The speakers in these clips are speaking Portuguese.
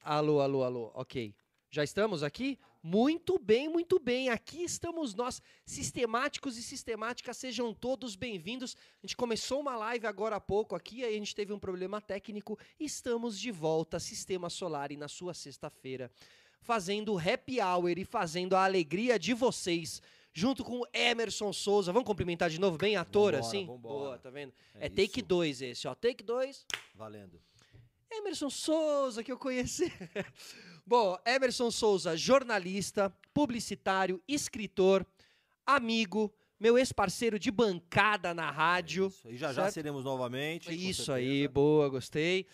Alô, alô, alô. Ok. Já estamos aqui? Muito bem, muito bem. Aqui estamos nós, sistemáticos e sistemáticas. Sejam todos bem-vindos. A gente começou uma live agora há pouco aqui, aí a gente teve um problema técnico. Estamos de volta, Sistema Solar, e na sua sexta-feira, fazendo happy hour e fazendo a alegria de vocês, junto com Emerson Souza. Vamos cumprimentar de novo, bem ator, assim? Vambora. Boa, tá vendo? É take 2 esse, ó. Take 2. Valendo. Emerson Souza, que eu conheci. Bom, Emerson Souza, jornalista, publicitário, escritor, amigo, meu ex-parceiro de bancada na rádio. Isso. E já seremos novamente. Isso aí, boa, gostei.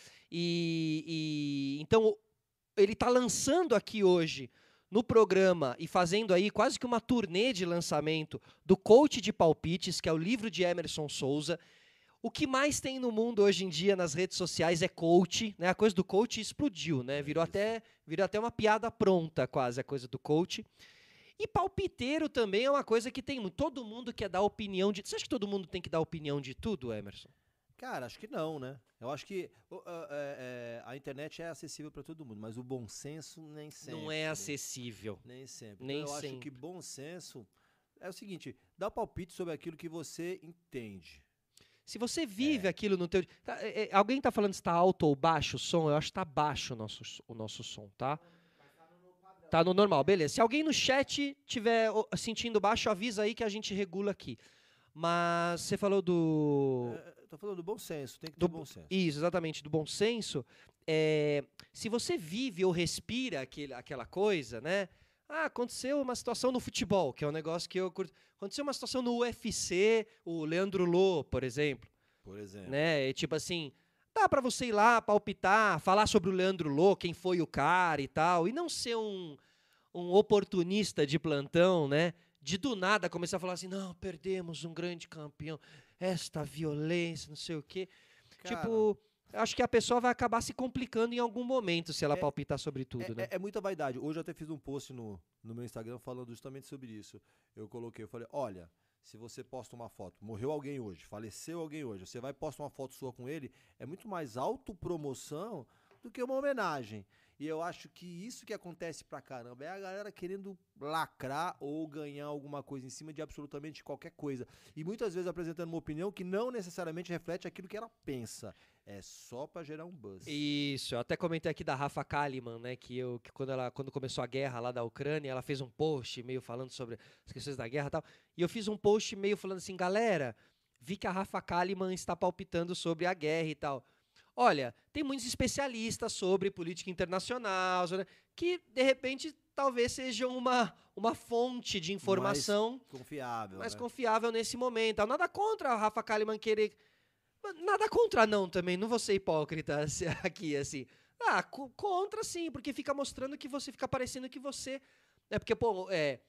Então, ele está lançando aqui hoje no programa e fazendo aí quase que uma turnê de lançamento do Coach de Palpites, que é o livro de Emerson Souza. O que mais tem no mundo hoje em dia nas redes sociais é coach, né? A coisa do coach explodiu, né? Virou até uma piada pronta, quase, a coisa do coach. E palpiteiro também é uma coisa que tem todo mundo quer dar opinião de... Você acha que todo mundo tem que dar opinião de tudo, Emerson? Cara, acho que não, né? Eu acho que a internet é acessível para todo mundo, mas o bom senso nem sempre. Não é acessível. Nem sempre. Nem então, eu sempre. acho que bom senso é o seguinte, dá palpite sobre aquilo que você entende. Se você vive aquilo no teu... Alguém tá falando se está alto ou baixo o som? Eu acho que tá baixo o nosso som, tá? Tá no normal, beleza. Se alguém no chat tiver sentindo baixo, avisa aí que a gente regula aqui. Mas você falou do... Tô falando do bom senso, tem que ter bom senso. Isso, exatamente, do bom senso. Se você vive ou respira aquela coisa, né? Ah, aconteceu uma situação no futebol, que é um negócio que eu curto. Aconteceu uma situação no UFC, o Leandro Lô, por exemplo. Por exemplo. Né? E, tipo assim, dá pra você ir lá, palpitar, falar sobre o Leandro Lô, quem foi o cara e tal, e não ser um oportunista de plantão, né? De do nada começar a falar assim, não, perdemos um grande campeão, esta violência, não sei o quê. Cara, tipo... Acho que a pessoa vai acabar se complicando em algum momento se ela palpitar sobre tudo, né? É muita vaidade. Hoje eu até fiz um post no meu Instagram falando justamente sobre isso. Eu falei, olha, se você posta uma foto, morreu alguém hoje, faleceu alguém hoje, você vai postar uma foto sua com ele, é muito mais autopromoção do que uma homenagem. E eu acho que isso que acontece pra caramba é a galera querendo lacrar ou ganhar alguma coisa em cima de absolutamente qualquer coisa. E muitas vezes apresentando uma opinião que não necessariamente reflete aquilo que ela pensa. É só pra gerar um buzz. Isso, eu até comentei aqui da Rafa Kalimann, né, que quando começou a guerra lá da Ucrânia, ela fez um post meio falando sobre as questões da guerra e tal, e eu fiz um post meio falando assim, galera, vi que a Rafa Kalimann está palpitando sobre a guerra e tal. Olha, tem muitos especialistas sobre política internacional, que, de repente, talvez sejam uma fonte de informação mais confiável nesse momento. Nada contra a Rafa Kalimann querer... Nada contra não também, não vou ser hipócrita aqui, assim. Contra sim, porque fica mostrando que você, fica parecendo que você... Porque, pô,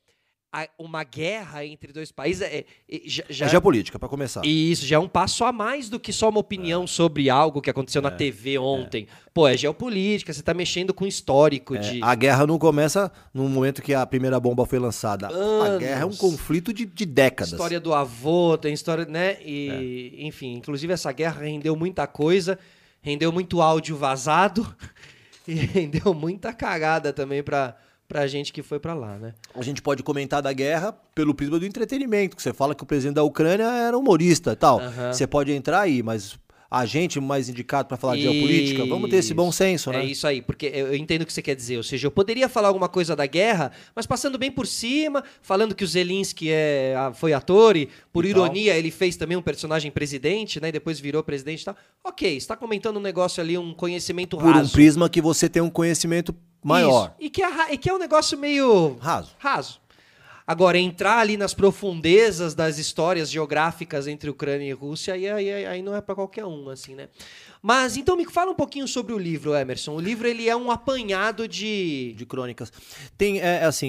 uma guerra entre dois países já é geopolítica, para começar. Isso, já é um passo a mais do que só uma opinião sobre algo que aconteceu na TV ontem. Pô, é geopolítica, você tá mexendo com histórico de... A guerra não começa no momento que a primeira bomba foi lançada. Anos. A guerra é um conflito de décadas. História do avô, tem história, né? E, enfim, inclusive essa guerra rendeu muita coisa, rendeu muito áudio vazado e rendeu muita cagada também pra gente que foi pra lá, né? A gente pode comentar da guerra pelo prisma do entretenimento, que você fala que o presidente da Ucrânia era humorista e tal. Você pode entrar aí, mas a gente mais indicado pra falar de geopolítica, vamos ter esse bom senso, né? É isso aí, porque eu entendo o que você quer dizer. Ou seja, eu poderia falar alguma coisa da guerra, mas passando bem por cima, falando que o Zelensky foi ator e, por ironia, ele fez também um personagem presidente, né? E depois virou presidente e tal. Ok, você está comentando um negócio ali, um conhecimento raso. Por um prisma que você tem um conhecimento maior. Isso. E que é um negócio meio... Raso. Agora, entrar ali nas profundezas das histórias geográficas entre Ucrânia e Rússia, aí não é para qualquer um, assim, né? Mas, então, me fala um pouquinho sobre o livro, Emerson. O livro, ele é um apanhado de crônicas. Tem, assim,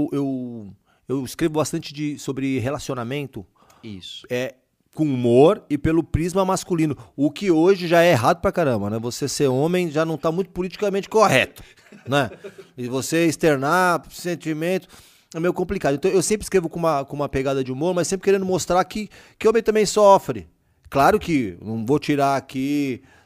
eu escrevo bastante sobre relacionamento. Isso. Com humor e pelo prisma masculino. O que hoje já é errado pra caramba, né? Você ser homem já não tá muito politicamente correto, né? E você externar sentimento é meio complicado. Então eu sempre escrevo com uma pegada de humor, mas sempre querendo mostrar que homem também sofre. Claro que não vou tirar aqui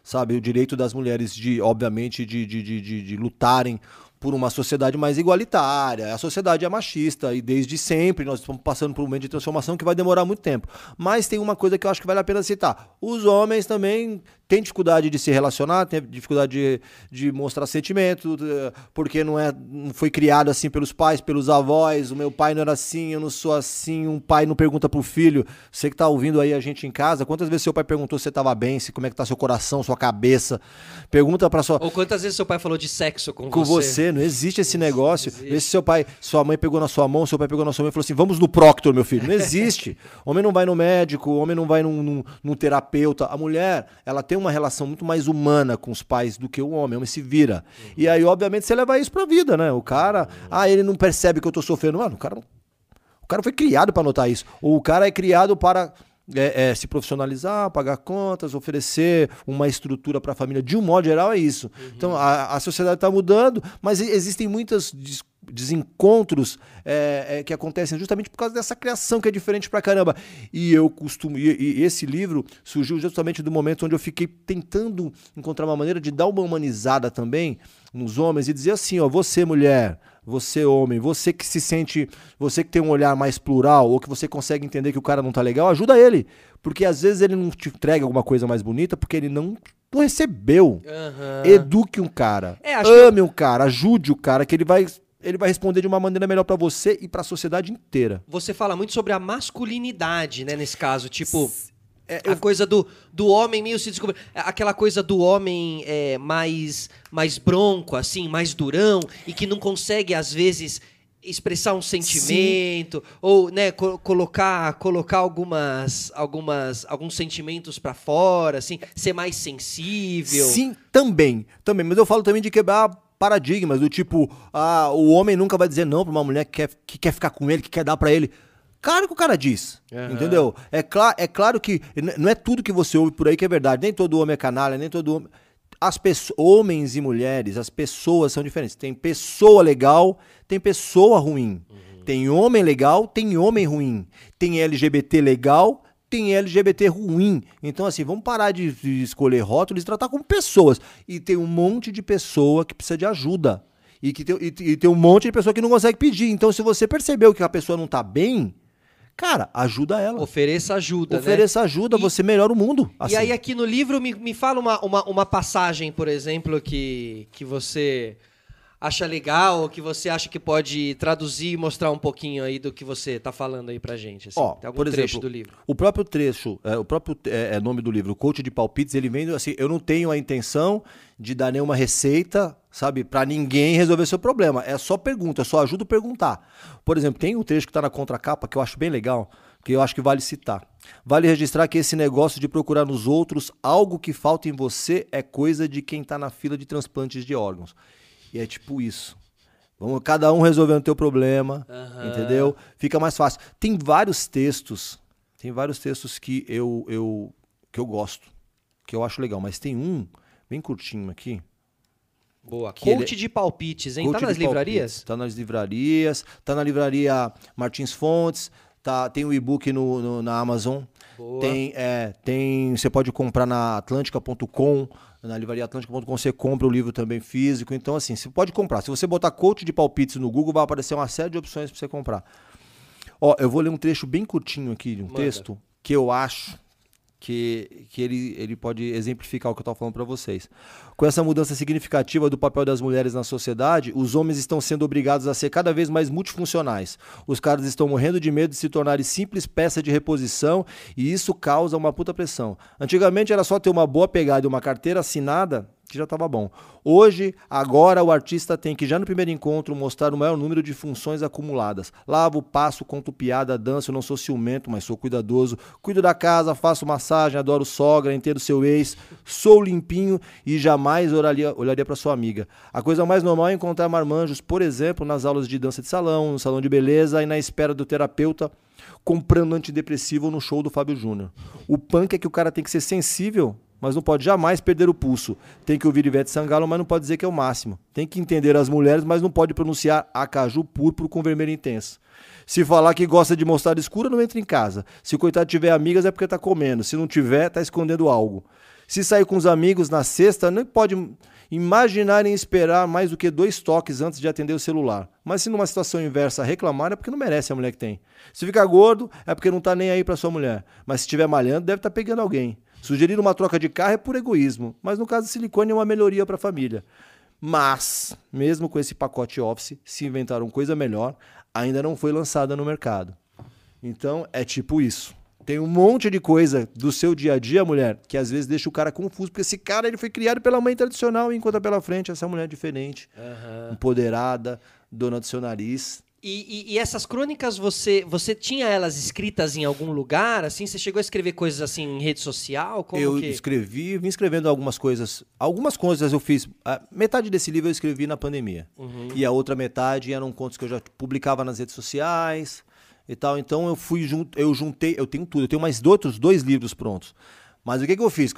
sabe? O direito das mulheres obviamente, de lutarem por uma sociedade mais igualitária. A sociedade é machista e desde sempre nós estamos passando por um momento de transformação que vai demorar muito tempo. Mas tem uma coisa que eu acho que vale a pena citar. Os homens também têm dificuldade de se relacionar, têm dificuldade de mostrar sentimento, porque não foi criado assim pelos pais, pelos avós. O meu pai não era assim, eu não sou assim. Um pai não pergunta pro filho. Você que tá ouvindo aí a gente em casa, quantas vezes seu pai perguntou se você tava bem, como é que tá seu coração, sua cabeça? Pergunta pra sua... Ou quantas vezes seu pai falou de sexo com você? Não existe esse negócio. Vê se sua mãe pegou na sua mão, seu pai pegou na sua mão e falou assim, vamos no Proctor, meu filho. Não existe. Homem não vai no médico, homem não vai num terapeuta. A mulher, ela tem uma relação muito mais humana com os pais do que o homem se vira. E aí, obviamente, você leva isso pra vida, né? O cara, ele não percebe que eu tô sofrendo. Mano, o cara foi criado pra notar isso. Ou o cara é criado para... se profissionalizar, pagar contas, oferecer uma estrutura para a família. De um modo geral é isso. Então a sociedade está mudando, mas existem muitos desencontros que acontecem justamente por causa dessa criação que é diferente pra caramba. E esse livro surgiu justamente do momento onde eu fiquei tentando encontrar uma maneira de dar uma humanizada também nos homens e dizer assim, ó, você mulher, você homem, você que se sente, você que tem um olhar mais plural ou que você consegue entender que o cara não tá legal, ajuda ele. Porque às vezes ele não te entrega alguma coisa mais bonita porque ele não recebeu. Eduque um cara, ame um cara, ajude o cara que ele vai responder de uma maneira melhor pra você e pra sociedade inteira. Você fala muito sobre a masculinidade, né, nesse caso, tipo... a coisa do homem meio se descobrir. Aquela coisa do homem mais bronco, assim, mais durão, e que não consegue, às vezes, expressar um sentimento, sim, ou, né, colocar alguns sentimentos pra fora, assim, ser mais sensível. Sim, também. Mas eu falo também de quebrar paradigmas, do tipo, o homem nunca vai dizer não pra uma mulher que quer ficar com ele, que quer dar pra ele. Claro que o cara diz, entendeu? É claro que não é tudo que você ouve por aí que é verdade. Nem todo homem é canalha, nem todo homem... Homens e mulheres, as pessoas são diferentes. Tem pessoa legal, tem pessoa ruim. Tem homem legal, tem homem ruim. Tem LGBT legal, tem LGBT ruim. Então, assim, vamos parar de escolher rótulos e tratar como pessoas. E tem um monte de pessoa que precisa de ajuda. E tem um monte de pessoa que não consegue pedir. Então, se você percebeu que a pessoa não tá bem... Cara, ajuda ela. Ofereça ajuda, Ofereça ajuda, você melhora o mundo. Assim. E aí aqui no livro me fala uma passagem, por exemplo, que você acha legal, ou que você acha que pode traduzir e mostrar um pouquinho aí do que você tá falando aí pra gente. Assim. Tem algum trecho do livro? O próprio trecho, o próprio nome do livro, Coach de Palpites, ele vem assim, eu não tenho a intenção de dar nenhuma receita, sabe, pra ninguém resolver seu problema. É só pergunta, eu só ajudo a perguntar. Por exemplo, tem um trecho que tá na contracapa que eu acho bem legal, que eu acho que vale citar. Vale registrar que esse negócio de procurar nos outros algo que falta em você é coisa de quem tá na fila de transplantes de órgãos. E é tipo isso. Vamos cada um resolvendo o teu problema, entendeu? Fica mais fácil. Tem vários textos que eu gosto, que eu acho legal, mas tem um bem curtinho aqui. Boa. Coach de palpites, hein? Tá nas livrarias? Tá nas livrarias, tá na livraria Martins Fontes, tem o e-book na Amazon. Boa. Você pode comprar na Atlântica.com, na livraria Atlântica.com você compra o livro também físico. Então, assim, você pode comprar. Se você botar Coach de Palpites no Google, vai aparecer uma série de opções para você comprar. Ó, eu vou ler um trecho bem curtinho aqui de um texto que eu acho que ele pode exemplificar o que eu estava falando para vocês. Com essa mudança significativa do papel das mulheres na sociedade, os homens estão sendo obrigados a ser cada vez mais multifuncionais. Os caras estão morrendo de medo de se tornarem simples peça de reposição e isso causa uma puta pressão. Antigamente era só ter uma boa pegada e uma carteira assinada que já estava bom. Agora o artista tem que já no primeiro encontro mostrar o maior número de funções acumuladas. Lavo, passo, conto piada, danço, não sou ciumento, mas sou cuidadoso. Cuido da casa, faço massagem, adoro sogra, entendo seu ex, sou limpinho e jamais olharia para sua amiga. A coisa mais normal é encontrar marmanjos, por exemplo, nas aulas de dança de salão, no salão de beleza e na espera do terapeuta comprando antidepressivo no show do Fábio Júnior. O punk é que o cara tem que ser sensível, mas não pode jamais perder o pulso. Tem que ouvir Ivete Sangalo, mas não pode dizer que é o máximo. Tem que entender as mulheres, mas não pode pronunciar acaju púrpuro com vermelho intenso. Se falar que gosta de mostarda escura, não entra em casa. Se o coitado tiver amigas, é porque tá comendo. Se não tiver, tá escondendo algo. Se sair com os amigos na sexta, não pode imaginar em esperar mais do que 2 toques antes de atender o celular. Mas se numa situação inversa reclamar, é porque não merece a mulher que tem. Se ficar gordo, é porque não tá nem aí pra sua mulher. Mas se estiver malhando, deve estar pegando alguém. Sugerir uma troca de carro é por egoísmo, mas no caso do silicone é uma melhoria para a família. Mas, mesmo com esse pacote Office, se inventaram coisa melhor, ainda não foi lançada no mercado. Então, é tipo isso. Tem um monte de coisa do seu dia a dia, mulher, que às vezes deixa o cara confuso, porque esse cara ele foi criado pela mãe tradicional, enquanto pela frente essa mulher diferente, empoderada, dona do seu nariz. E essas crônicas, você tinha elas escritas em algum lugar? Assim, você chegou a escrever coisas assim em rede social? Como escrevi, vim escrevendo algumas coisas. Algumas coisas eu fiz. Metade desse livro eu escrevi na pandemia. E a outra metade eram contos que eu já publicava nas redes sociais e tal. Então eu juntei, eu tenho tudo. Eu tenho mais outros 2 livros prontos. Mas o que eu fiz com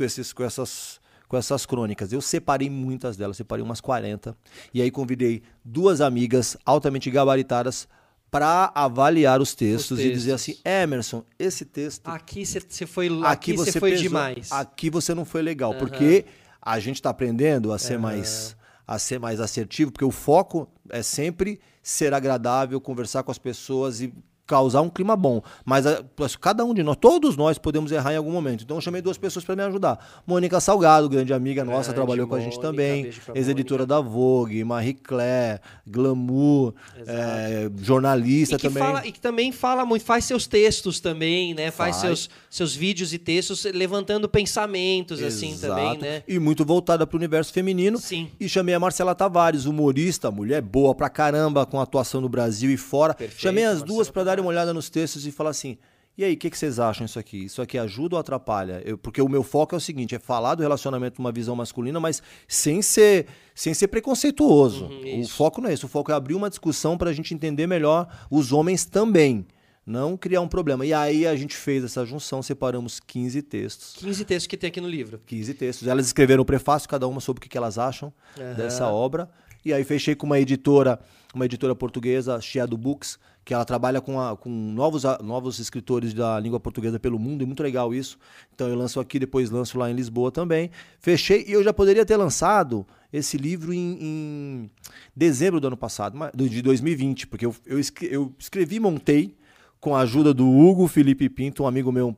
essas crônicas? Eu separei muitas delas, separei umas 40. E aí convidei 2 amigas altamente gabaritadas para avaliar os textos e dizer assim, Emerson, esse texto... Aqui você foi demais. Aqui você não foi legal, porque a gente está aprendendo a ser mais assertivo, porque o foco é sempre ser agradável, conversar com as pessoas e causar um clima bom, mas cada um de nós, todos nós podemos errar em algum momento. Então eu chamei 2 pessoas para me ajudar. Mônica Salgado, grande amiga nossa, trabalhou com a gente também, ex-editora da Vogue, Marie Claire, Glamour, jornalista também. E que também fala muito, faz seus textos também, né? Faz seus vídeos e textos levantando pensamentos, assim, também, né? E muito voltada para o universo feminino. Sim. E chamei a Marcela Tavares, humorista, mulher boa pra caramba, com atuação no Brasil e fora. Perfeito, chamei as duas para dar uma olhada nos textos e falar assim, e aí, o que vocês acham isso aqui? Isso aqui ajuda ou atrapalha? Porque o meu foco é o seguinte, é falar do relacionamento numa visão masculina, mas sem ser preconceituoso. O foco não é isso, o foco é abrir uma discussão para a gente entender melhor os homens também, não criar um problema. E aí a gente fez essa junção, separamos 15 textos. 15 textos que tem aqui no livro. 15 textos. Elas escreveram o prefácio, cada uma sobre o que elas acham dessa obra. E aí fechei com uma editora portuguesa, Chiado Books, que ela trabalha com novos escritores da língua portuguesa pelo mundo, é muito legal isso. Então eu lanço aqui, depois lanço lá em Lisboa também. Fechei, e eu já poderia ter lançado esse livro em dezembro do ano passado, de 2020, porque eu escrevi, montei, com a ajuda do Hugo Felipe Pinto, um amigo meu,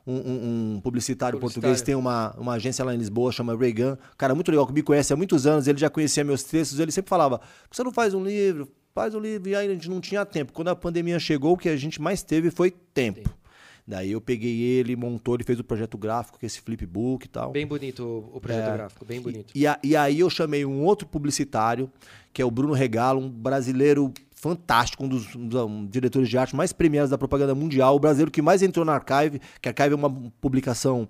um publicitário português, tem uma agência lá em Lisboa, chama Reagan, cara muito legal, que me conhece há muitos anos, ele já conhecia meus textos, ele sempre falava, você não faz um livro? Faz um livro, e aí a gente não tinha tempo. Quando a pandemia chegou, o que a gente mais teve foi tempo. Daí eu peguei ele, montou, ele fez o projeto gráfico, que é esse flipbook e tal. Bem bonito o projeto gráfico, bem bonito. E aí eu chamei um outro publicitário, que é o Bruno Regalo, um brasileiro fantástico, um dos diretores de arte mais premiados da propaganda mundial, o brasileiro que mais entrou na Archive, que a Archive é uma publicação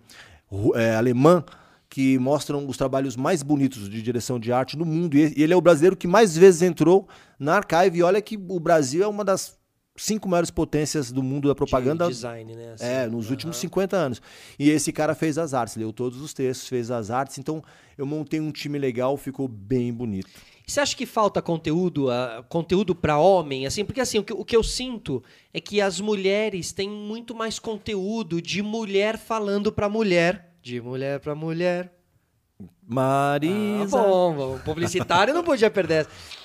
alemã, que mostram os trabalhos mais bonitos de direção de arte no mundo. E ele é o brasileiro que mais vezes entrou na Archive. E olha que o Brasil é uma das 5 maiores potências do mundo da propaganda. De design, né? Assim, nos últimos 50 anos. E esse cara fez as artes, leu todos os textos, fez as artes. Então eu montei um time legal, ficou bem bonito. Você acha que falta conteúdo para homem? Assim, porque assim, o que eu sinto é que as mulheres têm muito mais conteúdo de mulher falando para mulher. De mulher para mulher. Marisa. Bom, o publicitário não podia perder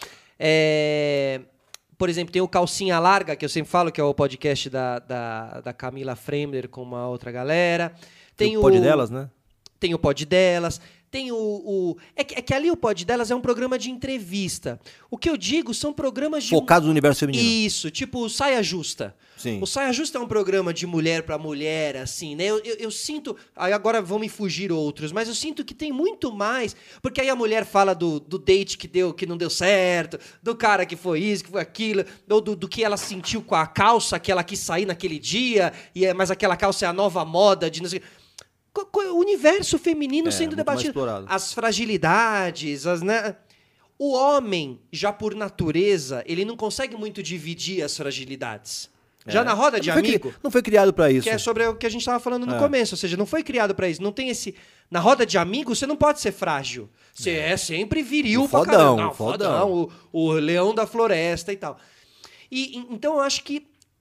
essa. Por exemplo, tem o Calcinha Larga, que eu sempre falo, que é o podcast da Camila Fremler com uma outra galera. Tem o Pod Delas, né? Tem o Pod Delas. Tem É que ali o Pod Delas é um programa de entrevista. O que eu digo são programas de... Focados no universo feminino. Isso, tipo Saia Justa. Sim. O Saia Justa é um programa de mulher para mulher, assim, né? Eu sinto... Agora vão me fugir outros, mas eu sinto que tem muito mais... Porque aí a mulher fala do date que não deu certo, do cara que foi isso, que foi aquilo, ou do que ela sentiu com a calça que ela quis sair naquele dia, mas aquela calça é a nova moda de... Não sei, o universo feminino sendo debatido. As fragilidades, né? O homem, já por natureza, ele não consegue muito dividir as fragilidades. Já na roda de amigo... Não foi criado para isso. Que é sobre o que a gente estava falando no começo. Ou seja, não foi criado para isso. Não tem esse... Na roda de amigo, você não pode ser frágil. Você é sempre viril pra caramba. Não, fodão. O leão da floresta e tal. Então, eu acho que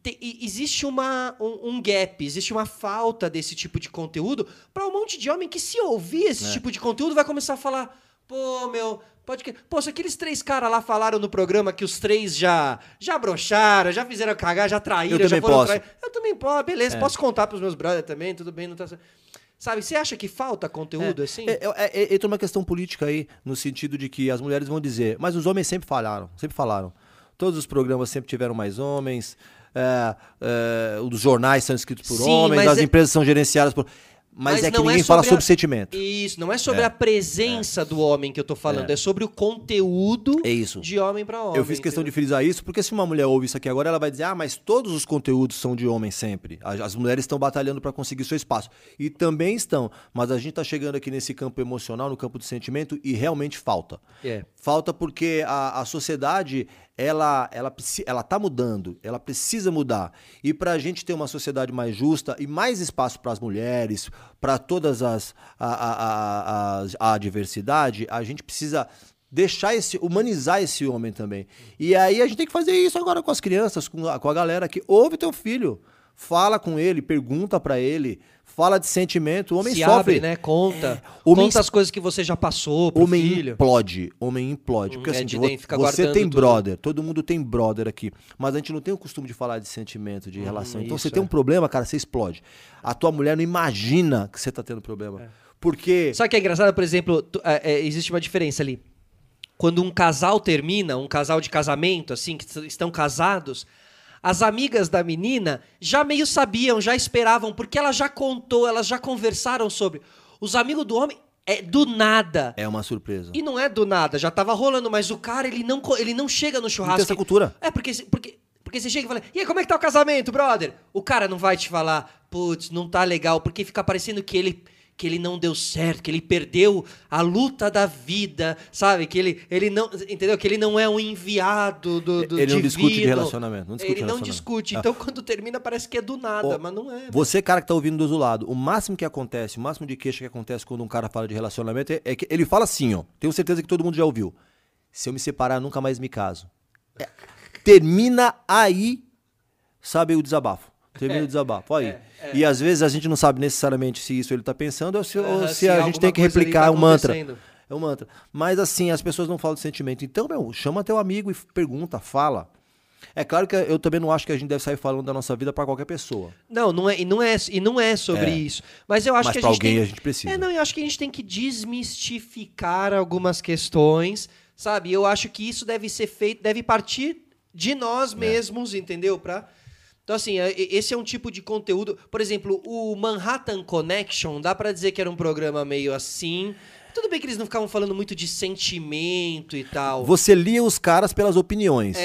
existe um gap, existe uma falta desse tipo de conteúdo para um monte de homem que, se ouvir esse tipo de conteúdo, vai começar a falar, pô, meu... Pô, se aqueles 3 caras lá falaram no programa que os 3 já broxaram, já fizeram cagar, já traíram, já foram traídos. Eu também posso, beleza, posso contar pros meus brothers também, tudo bem, não tá... Sabe, você acha que falta conteúdo assim? Entra uma questão política aí, no sentido de que as mulheres vão dizer, mas os homens sempre falaram. Todos os programas sempre tiveram mais homens, os jornais são escritos por homens, as empresas são gerenciadas por... Mas é que ninguém fala sobre sentimento. Isso, não é sobre a presença do homem que eu tô falando, é sobre o conteúdo de homem para homem. Eu fiz questão de frisar isso, porque se uma mulher ouve isso aqui agora, ela vai dizer, mas todos os conteúdos são de homem sempre. As mulheres estão batalhando para conseguir seu espaço. E também estão, mas a gente tá chegando aqui nesse campo emocional, no campo do sentimento, e realmente falta. Falta porque a sociedade... Ela tá mudando, ela precisa mudar. E para a gente ter uma sociedade mais justa e mais espaço para as mulheres, para todas a diversidade, a gente precisa humanizar esse homem também. E aí a gente tem que fazer isso agora com as crianças, com a galera que ouve teu filho. Fala com ele, pergunta para ele, fala de sentimento, o homem se sofre. Abre, né? Conta as coisas que você já passou pro filho. Homem implode. Porque assim, você tem brother, todo mundo tem brother aqui, mas a gente não tem o costume de falar de sentimento, de relação. Então você tem um problema, cara, você explode. A tua mulher não imagina que você tá tendo problema. Porque... Sabe o que é engraçado? Por exemplo, existe uma diferença ali. Quando um casal termina, um casal de casamento, assim, que estão casados... As amigas da menina já meio sabiam, já esperavam, porque ela já contou, elas já conversaram sobre. Os amigos do homem, do nada. É uma surpresa. E não é do nada, já tava rolando, mas o cara, ele não chega no churrasco. Não tem essa cultura. Porque você chega e fala, e aí, como é que tá o casamento, brother? O cara não vai te falar, putz, não tá legal, porque fica parecendo que ele não deu certo, que ele perdeu a luta da vida, sabe? Que ele não, entendeu? Que ele não é um enviado do ele divino. Não discute de relacionamento. Não discute. Então, quando termina, parece que é do nada, mas não é. Você, cara que tá ouvindo do outro lado, o máximo de queixa que acontece quando um cara fala de relacionamento é que ele fala assim, ó. Tenho certeza que todo mundo já ouviu. Se eu me separar, nunca mais me caso. Termina aí, sabe, o desabafo. Termina o desabafo. Aí. E às vezes a gente não sabe necessariamente se isso ele tá pensando ou se a gente tem que replicar um mantra. É um mantra. Mas assim, as pessoas não falam de sentimento. Então, chama teu amigo e pergunta, fala. É claro que eu também não acho que a gente deve sair falando da nossa vida para qualquer pessoa. Não é sobre isso. Mas eu acho que a gente precisa. Eu acho que a gente tem que desmistificar algumas questões, sabe? Eu acho que isso deve ser feito, deve partir de nós mesmos, entendeu? Então, assim, esse é um tipo de conteúdo... Por exemplo, o Manhattan Connection, dá pra dizer que era um programa meio assim. Tudo bem que eles não ficavam falando muito de sentimento e tal. Você lia os caras pelas opiniões.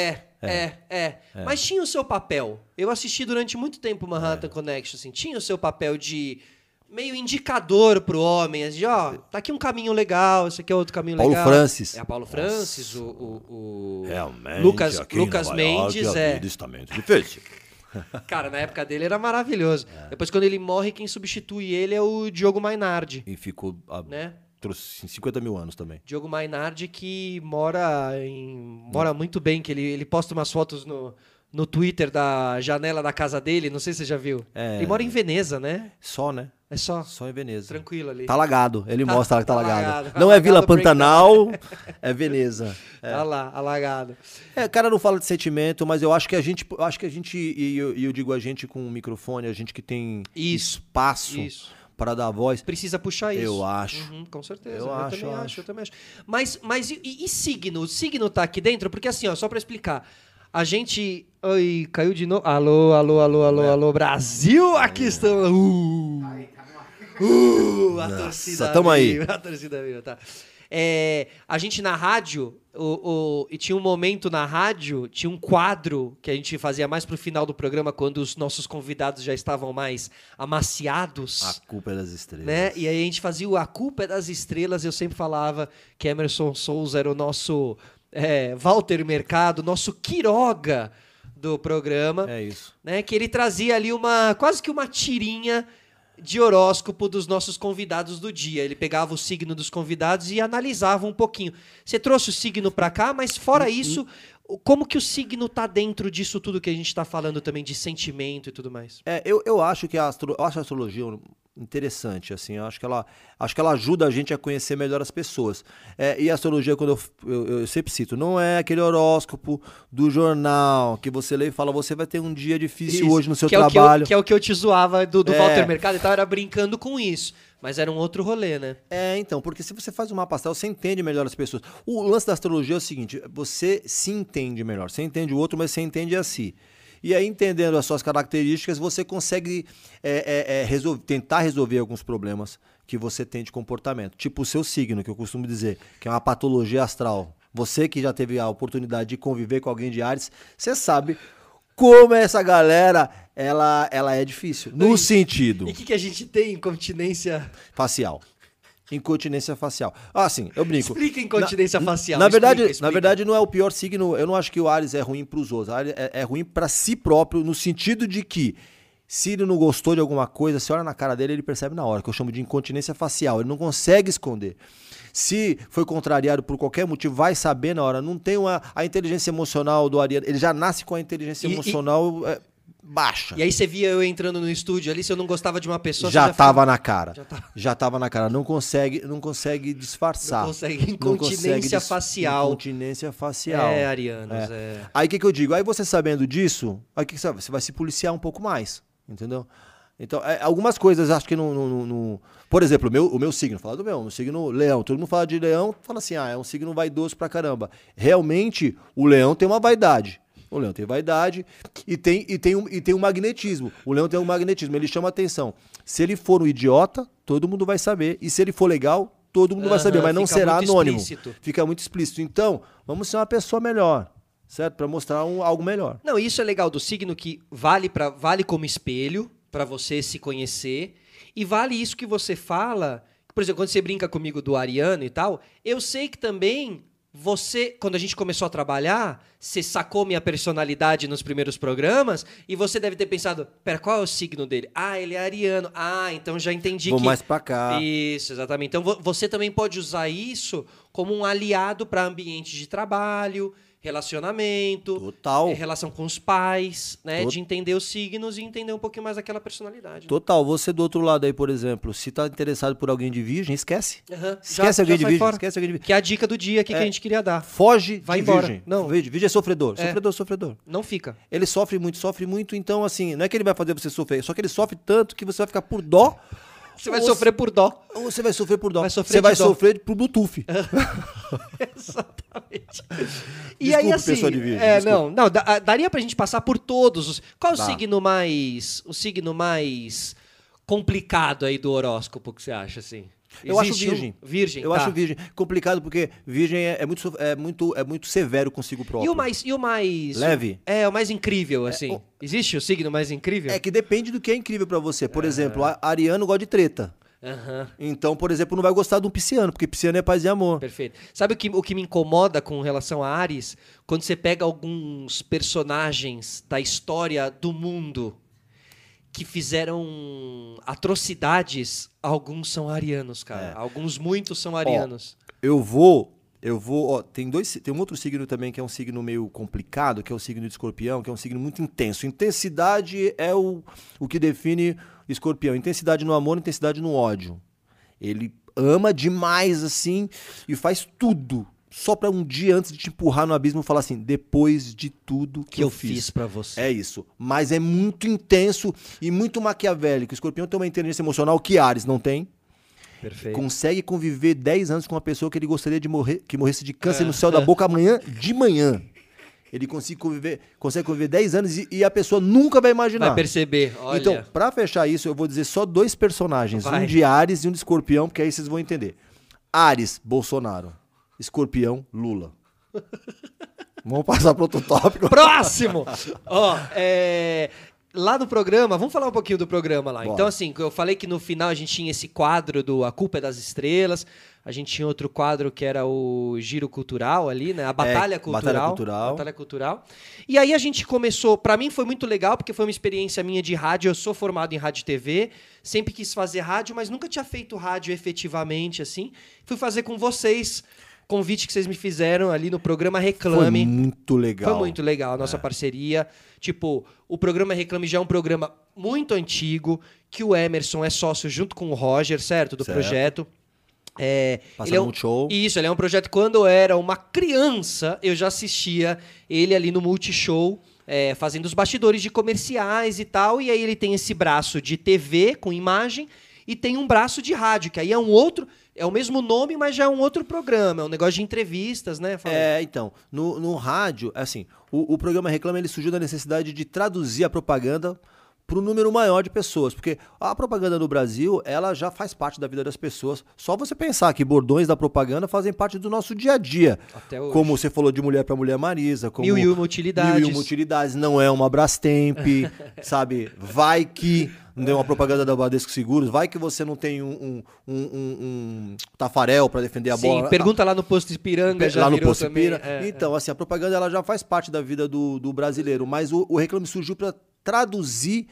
Mas tinha o seu papel. Eu assisti durante muito tempo o Manhattan Connection, assim. Tinha o seu papel de... meio indicador pro homem. Assim, tá aqui um caminho legal, esse aqui é outro caminho legal. Paulo Francis. Paulo Francis, o realmente, Lucas Mendes. A vida está muito difícil. Cara, na época dele era maravilhoso. Depois, quando ele morre, quem substitui ele é o Diogo Mainardi. E ficou trouxe 50 mil anos também. Diogo Mainardi, que mora muito bem, que ele posta umas fotos no Twitter da janela da casa dele, não sei se você já viu. Ele mora em Veneza, né? Só, né? É só? Só em Veneza. Tranquilo ali. Tá alagado. Ele mostra lá que tá alagado. Não é Vila Pantanal, é Veneza. Tá lá, alagado. O cara não fala de sentimento, mas eu acho que a gente, e eu digo a gente com o microfone, a gente que tem espaço para dar voz. Precisa puxar isso. Eu acho. Com certeza. Eu também acho. Mas e signo? O signo tá aqui dentro? Porque assim, só para explicar. A gente... Oi, caiu de novo. Alô, Brasil! Aqui estamos. A torcida tamo aí. A torcida viu, tá. A gente na rádio, e tinha um momento na rádio, tinha um quadro que a gente fazia mais pro final do programa, quando os nossos convidados já estavam mais amaciados. A culpa é das estrelas. Né? E aí a gente fazia o A Culpa é das Estrelas, eu sempre falava que Emerson Souza era o nosso... Walter Mercado, nosso Quiroga do programa. É isso. Né, que ele trazia ali quase que uma tirinha de horóscopo dos nossos convidados do dia. Ele pegava o signo dos convidados e analisava um pouquinho. Você trouxe o signo pra cá, mas fora isso, Como que o signo tá dentro disso tudo que a gente tá falando também, de sentimento e tudo mais? Eu acho que eu acho a astrologia interessante, assim, eu acho que ela ajuda a gente a conhecer melhor as pessoas. E a astrologia, quando eu sempre cito, não é aquele horóscopo do jornal que você lê e fala, você vai ter um dia difícil hoje no seu trabalho. Que é o que eu te zoava do Walter Mercado, então era brincando com isso. Mas era um outro rolê, né? Então, porque se você faz um mapa astral, você entende melhor as pessoas. O lance da astrologia é o seguinte, você se entende melhor. Você entende o outro, mas você entende a si. E aí, entendendo as suas características, você consegue tentar resolver alguns problemas que você tem de comportamento. Tipo o seu signo, que eu costumo dizer, que é uma patologia astral. Você que já teve a oportunidade de conviver com alguém de Áries, você sabe como essa galera, ela é difícil. No sentido... E o que a gente tem? Incontinência... facial. Incontinência facial. Ah, sim, eu brinco. Explica incontinência facial. Na verdade, explica. Na verdade, não é o pior signo. Eu não acho que o Áries é ruim pros outros. Áries é ruim pra si próprio, no sentido de que, se ele não gostou de alguma coisa, você olha na cara dele, ele percebe na hora, que eu chamo de incontinência facial. Ele não consegue esconder. Se foi contrariado por qualquer motivo, vai saber na hora. Não tem a inteligência emocional do ariano. Ele já nasce com a inteligência emocional baixa. E aí você via eu entrando no estúdio ali, se eu não gostava de uma pessoa... Já tava na cara. Já tava na cara. Não consegue disfarçar. Não consegue. Incontinência facial. Incontinência facial. Arianos. Aí o que eu digo? Aí você sabendo disso, aí que você vai se policiar um pouco mais. Entendeu? Então, algumas coisas acho que não... Por exemplo, o meu signo, falar do meu signo leão. Todo mundo fala de leão, fala assim, é um signo vaidoso pra caramba. Realmente, o leão tem uma vaidade. O leão tem vaidade e tem um magnetismo. O leão tem um magnetismo, ele chama atenção. Se ele for um idiota, todo mundo vai saber. E se ele for legal, todo mundo vai saber, mas não será anônimo. Explícito. Fica muito explícito. Então, vamos ser uma pessoa melhor, certo? Para mostrar algo melhor. Não, isso é legal do signo, que vale como espelho para você se conhecer. E vale isso que você fala. Por exemplo, quando você brinca comigo do ariano e tal, eu sei que também... Você, quando a gente começou a trabalhar, você sacou minha personalidade nos primeiros programas e você deve ter pensado, pera, qual é o signo dele? Ah, ele é ariano. Ah, então já entendi Vou mais pra cá. Isso, exatamente. Então você também pode usar isso como um aliado para ambiente de trabalho, relacionamento, total, relação com os pais, né? De entender os signos e entender um pouquinho mais aquela personalidade. Total. Você do outro lado aí, por exemplo, se tá interessado por alguém de virgem, esquece. Esquece alguém de virgem. Que é a dica do dia aqui que a gente queria dar. Foge Vai de embora. virgem. Não. Virgem é sofredor. Sofredor. Não fica. Ele sofre muito. Então, assim, não é que ele vai fazer você sofrer, só que ele sofre tanto que você vai ficar por dó. Você vai sofrer por dó. Você vai sofrer por dó. Você vai sofrer por Bluetooth. Exatamente. E desculpe, aí, assim, pessoa de virgem, daria pra gente passar por todos os... Qual é o signo mais complicado aí do horóscopo que você acha, assim? Eu acho virgem. Eu acho virgem. Complicado porque virgem é muito severo consigo próprio. E o mais... Leve? O mais incrível, assim. Existe o signo mais incrível? É que depende do que é incrível pra você. Por exemplo, ariano gosta de treta. Então, por exemplo, não vai gostar de um pisciano, porque pisciano é paz e amor. Perfeito. Sabe o que me incomoda com relação a Áries? Quando você pega alguns personagens da história do mundo que fizeram atrocidades, alguns são arianos, cara. Muitos são arianos. Tem um outro signo também que é um signo meio complicado, que é o signo de Escorpião, que é um signo muito intenso. Intensidade é o que define Escorpião. Intensidade no amor, intensidade no ódio. Ele ama demais, assim, e faz tudo. Só pra um dia antes de te empurrar no abismo falar assim, depois de tudo que eu fiz pra você. É isso. Mas é muito intenso e muito maquiavélico. O Escorpião tem uma inteligência emocional que Áries não tem. Perfeito. Consegue conviver 10 anos com uma pessoa que ele gostaria de que morresse de câncer no céu da boca amanhã de manhã. Ele consegue conviver 10 anos e a pessoa nunca vai imaginar. Vai perceber, olha. Então, pra fechar isso, eu vou dizer só 2 personagens. Um de Áries e um de Escorpião, porque aí vocês vão entender. Áries, Bolsonaro. Escorpião, Lula. Vamos passar para outro tópico. Próximo! Lá no programa, vamos falar um pouquinho do programa lá. Bora. Então, assim, eu falei que no final a gente tinha esse quadro do A Culpa é das Estrelas, a gente tinha outro quadro que era o Giro Cultural ali, né? A Batalha Cultural. Batalha Cultural. E aí a gente começou, pra mim foi muito legal, porque foi uma experiência minha de rádio, eu sou formado em rádio e TV, sempre quis fazer rádio, mas nunca tinha feito rádio efetivamente, assim. Fui fazer com vocês. convite que vocês me fizeram ali no programa Foi Reclame. muito legal. Foi muito legal a nossa parceria. Tipo, o programa Reclame já é um programa muito antigo, que o Emerson é sócio junto com o Roger, certo? Do Certo. projeto. Passando ele é um- Multishow. Isso, ele é um projeto que quando eu era uma criança, eu já assistia ele ali no Multishow, fazendo os bastidores de comerciais e tal. E aí ele tem esse braço de TV com imagem e tem um braço de rádio, que aí é um outro... É o mesmo nome, mas já é um outro programa. É um negócio de entrevistas, né? Fala aí. Então, no rádio, assim, o programa Reclama, ele surgiu da necessidade de traduzir a propaganda para um número maior de pessoas, porque a propaganda no Brasil, ela já faz parte da vida das pessoas. Só você pensar que bordões da propaganda fazem parte do nosso dia a dia. Até hoje. Como você falou de Mulher para Mulher Marisa, como Mil e uma utilidades. Mil e uma utilidades, não é uma Brastemp, sabe? Vai que não tem uma propaganda da Bradesco Seguros, vai que você não tem um Tafarel para defender a Sim, bola. pergunta lá no posto de Ipiranga, já Lá no virou Poço também. Ipira. Então, assim, a propaganda ela já faz parte da vida do brasileiro, mas o Reclame surgiu para traduzir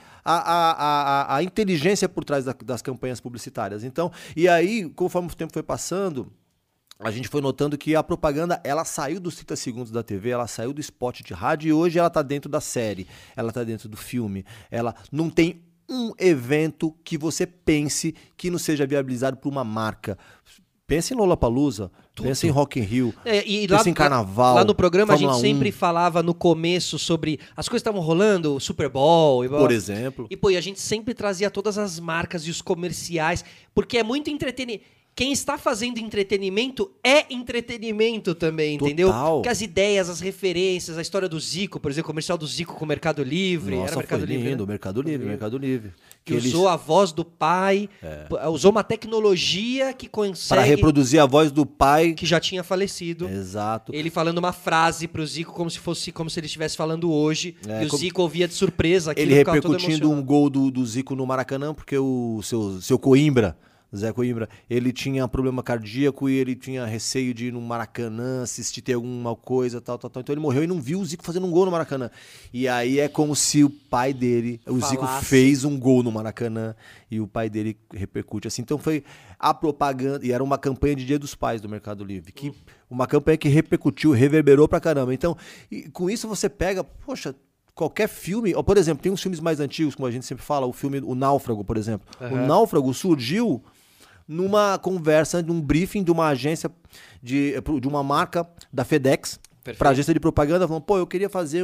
a inteligência por trás das campanhas publicitárias. Então, e aí, conforme o tempo foi passando, a gente foi notando que a propaganda, ela saiu dos 30 segundos da TV, ela saiu do spot de rádio e hoje ela tá dentro da série, ela tá dentro do filme, ela não tem um evento que você pense que não seja viabilizado por uma marca. Pensa em Lollapalooza, pensa em Rock in Rio, pensa em Carnaval. Lá no programa Fórmula a gente 1, sempre falava no começo sobre as coisas que estavam rolando, o Super Bowl e blá, por blá. exemplo. E pô, e a gente sempre trazia todas as marcas e os comerciais, porque é muito entretenimento. Quem está fazendo entretenimento é entretenimento também, entendeu? Total. Porque as ideias, as referências, a história do Zico, por exemplo, o comercial do Zico com o Mercado Livre. Nossa, era Mercado foi Livre, lindo, né? Mercado Livre. Que usou a voz do pai, usou uma tecnologia que para consegue... reproduzir a voz do pai. Que já tinha falecido. Exato. Ele falando uma frase pro Zico como se ele estivesse falando hoje. E o como- Zico ouvia de surpresa aquilo, Ele ficava todo repercutindo um emocionado. gol do Zico no Maracanã, porque o seu Coimbra, Zé Coimbra, ele tinha problema cardíaco e ele tinha receio de ir no Maracanã, assistir ter alguma coisa, tal. Então ele morreu e não viu o Zico fazendo um gol no Maracanã. E aí é como se o pai dele, o Zico Falasse. fez um gol no Maracanã e o pai dele repercute assim. Então foi a propaganda, e era uma campanha de Dia dos Pais do Mercado Livre, que uma campanha que repercutiu, reverberou pra caramba. Então, com isso você pega, poxa, qualquer filme, por exemplo, tem uns filmes mais antigos, como a gente sempre fala, o filme O Náufrago, por exemplo. O Náufrago surgiu numa conversa, num briefing de uma agência, de uma marca da FedEx, para agência de propaganda, falando, pô, eu queria fazer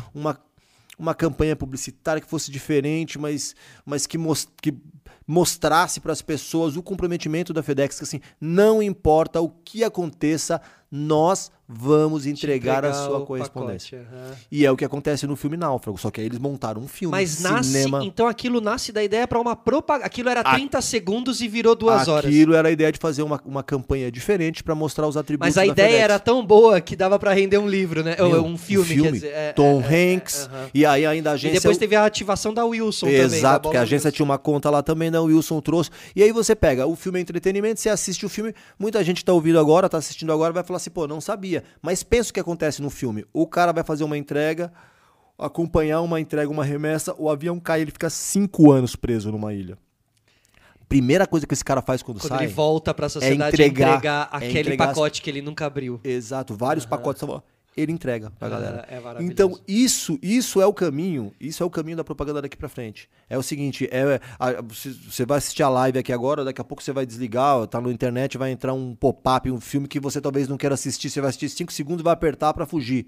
uma campanha publicitária que fosse diferente, mas que mostrasse para as pessoas o comprometimento da FedEx, que assim, não importa o que aconteça, nós vamos entregar a sua correspondência. E é o que acontece no filme Náufrago, só que aí eles montaram um filme, Mas nasce, cinema. então aquilo nasce da ideia para uma propaganda. Aquilo era 30 segundos e virou 2 horas. Aquilo era a ideia de fazer uma campanha diferente para mostrar os atributos Mas a da ideia FedEx. era tão boa que dava para render um livro, né? Ou um filme, quer dizer. Tom Hanks, e aí ainda a E agência... depois teve a ativação da Wilson também. Exato, que a agência tinha uma conta lá também, né? O Wilson trouxe. E aí você pega, o filme é entretenimento, você assiste o filme, muita gente tá ouvindo agora, tá assistindo agora, vai falar assim, pô, não sabia. Mas pensa o que acontece no filme. O cara vai fazer uma entrega, acompanhar uma entrega, uma remessa, o avião cai, ele fica 5 anos preso numa ilha. Primeira coisa que esse cara faz quando sai... ele volta pra sociedade entregar aquele pacote que ele nunca abriu. Exato, vários pacotes estavam... Ele entrega pra galera. É maravilhoso. Então, isso é o caminho, da propaganda daqui pra frente. É o seguinte, você vai assistir a live aqui agora, daqui a pouco você vai desligar, tá na internet, vai entrar um pop-up, um filme que você talvez não queira assistir, você vai assistir 5 segundos e vai apertar pra fugir.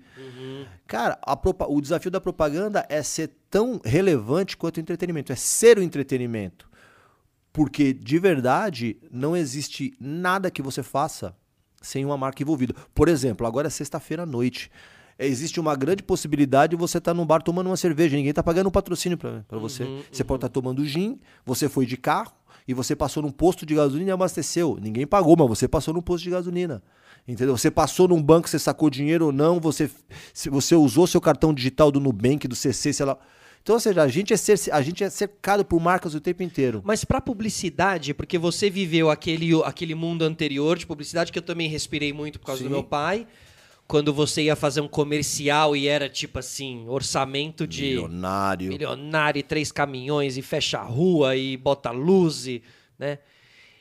Cara, o desafio da propaganda é ser tão relevante quanto o entretenimento, é ser o entretenimento. Porque, de verdade, não existe nada que você faça sem uma marca envolvida. Por exemplo, agora é sexta-feira à noite. Existe uma grande possibilidade de você estar num bar tomando uma cerveja. Ninguém está pagando um patrocínio para você. Você pode estar tomando gin, você foi de carro e você passou num posto de gasolina e abasteceu. Ninguém pagou, mas você passou num posto de gasolina. Entendeu? Você passou num banco, você sacou dinheiro ou não, você usou seu cartão digital do Nubank, do CC, sei lá. Então, ou seja, a gente é cercado por marcas o tempo inteiro. Mas para publicidade, porque você viveu aquele mundo anterior de publicidade que eu também respirei muito por causa do meu pai, quando você ia fazer um comercial e era tipo assim, orçamento de... Milionário, e 3 caminhões, e fecha a rua, e bota luz, né?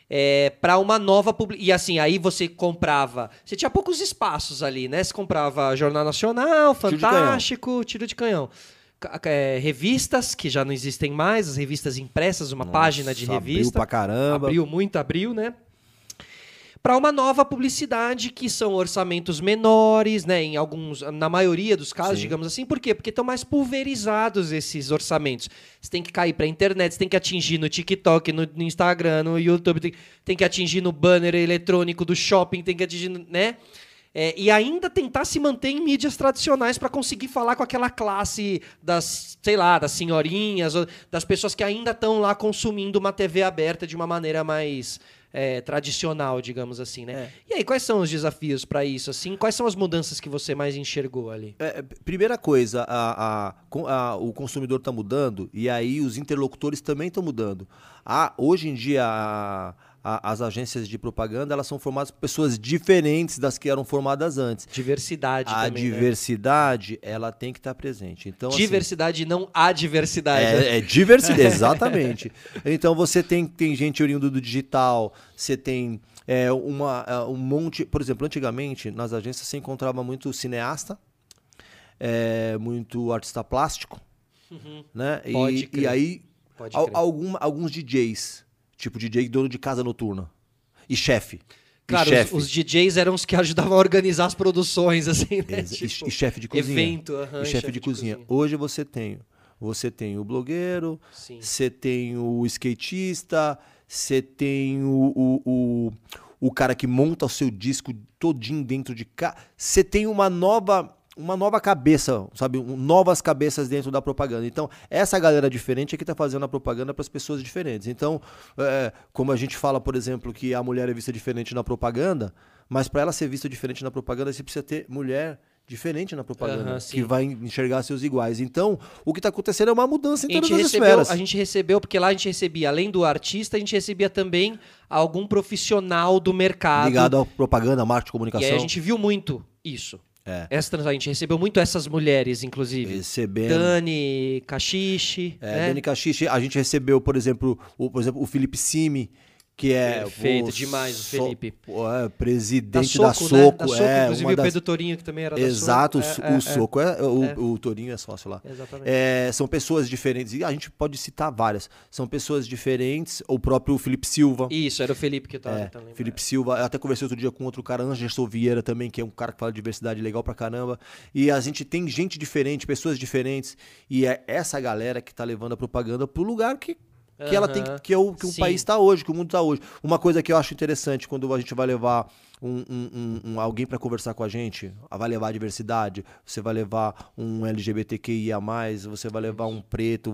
para uma nova e assim, aí você comprava, você tinha poucos espaços ali, né? Você comprava Jornal Nacional, Fantástico, Tiro de Canhão. Revistas que já não existem mais, as revistas impressas, uma página de revista. Abriu pra caramba. Abriu, né? Para uma nova publicidade, que são orçamentos menores, né? Na maioria dos casos, digamos assim. Por quê? Porque estão mais pulverizados esses orçamentos. Você tem que cair para a internet, você tem que atingir no TikTok, no Instagram, no YouTube, tem que atingir no banner eletrônico do shopping, tem que atingir, né? E ainda tentar se manter em mídias tradicionais para conseguir falar com aquela classe das, sei lá, das senhorinhas, das pessoas que ainda estão lá consumindo uma TV aberta de uma maneira mais tradicional, digamos assim, né? E aí, quais são os desafios para isso? Assim, quais são as mudanças que você mais enxergou ali? Primeira coisa, o consumidor está mudando e aí os interlocutores também estão mudando. Hoje em dia, as agências de propaganda, elas são formadas por pessoas diferentes das que eram formadas antes. Diversidade também, diversidade, né? Ela tem que estar presente. Então, diversidade, assim, não a diversidade. Diversidade, exatamente. Então, você tem gente oriundo do digital, você tem um monte... Por exemplo, antigamente, nas agências, você encontrava muito cineasta, muito artista plástico, né? E aí, alguns DJs, tipo DJ dono de casa noturna. E chefe. Claro, os DJs eram os que ajudavam a organizar as produções, assim, né? E chefe de cozinha. Evento, e chefe de cozinha. Hoje você tem o blogueiro, você tem o skatista, você tem o cara que monta o seu disco todinho dentro de casa. Você tem uma nova cabeça, sabe? Novas cabeças dentro da propaganda. Então, essa galera diferente é que está fazendo a propaganda para as pessoas diferentes. Então, como a gente fala, por exemplo, que a mulher é vista diferente na propaganda, mas para ela ser vista diferente na propaganda, você precisa ter mulher diferente na propaganda, que vai enxergar seus iguais. Então, o que está acontecendo é uma mudança em todas as esferas. A gente recebeu, porque lá a gente recebia, além do artista, a gente recebia também algum profissional do mercado. Ligado à propaganda, marketing, comunicação. E aí a gente viu muito isso. A gente recebeu muito essas mulheres, inclusive. Recebendo. Dani Cachiche. Né? Dani Cachiche. A gente recebeu, por exemplo, o Felipe Simi, que é... Perfeito, demais o Felipe. Presidente da Soco. Né? Da Soco, inclusive o Pedro Torinho, que também era da Soco. Exato, o Soco. O Torinho é sócio lá. Exatamente. São pessoas diferentes. E a gente pode citar várias. São pessoas diferentes. O próprio Felipe Silva. Isso, era o Felipe que eu tava tentando lembrar. Felipe Silva. Eu até conversei outro dia com outro cara, Anderson Vieira também, que é um cara que fala de diversidade legal pra caramba. E a gente tem gente diferente, pessoas diferentes. E é essa galera que tá levando a propaganda pro lugar que ela tem, que o país está hoje, que o mundo está hoje. Uma coisa que eu acho interessante quando a gente vai levar alguém para conversar com a gente, vai levar a diversidade, você vai levar um LGBTQIA+, você vai levar um preto,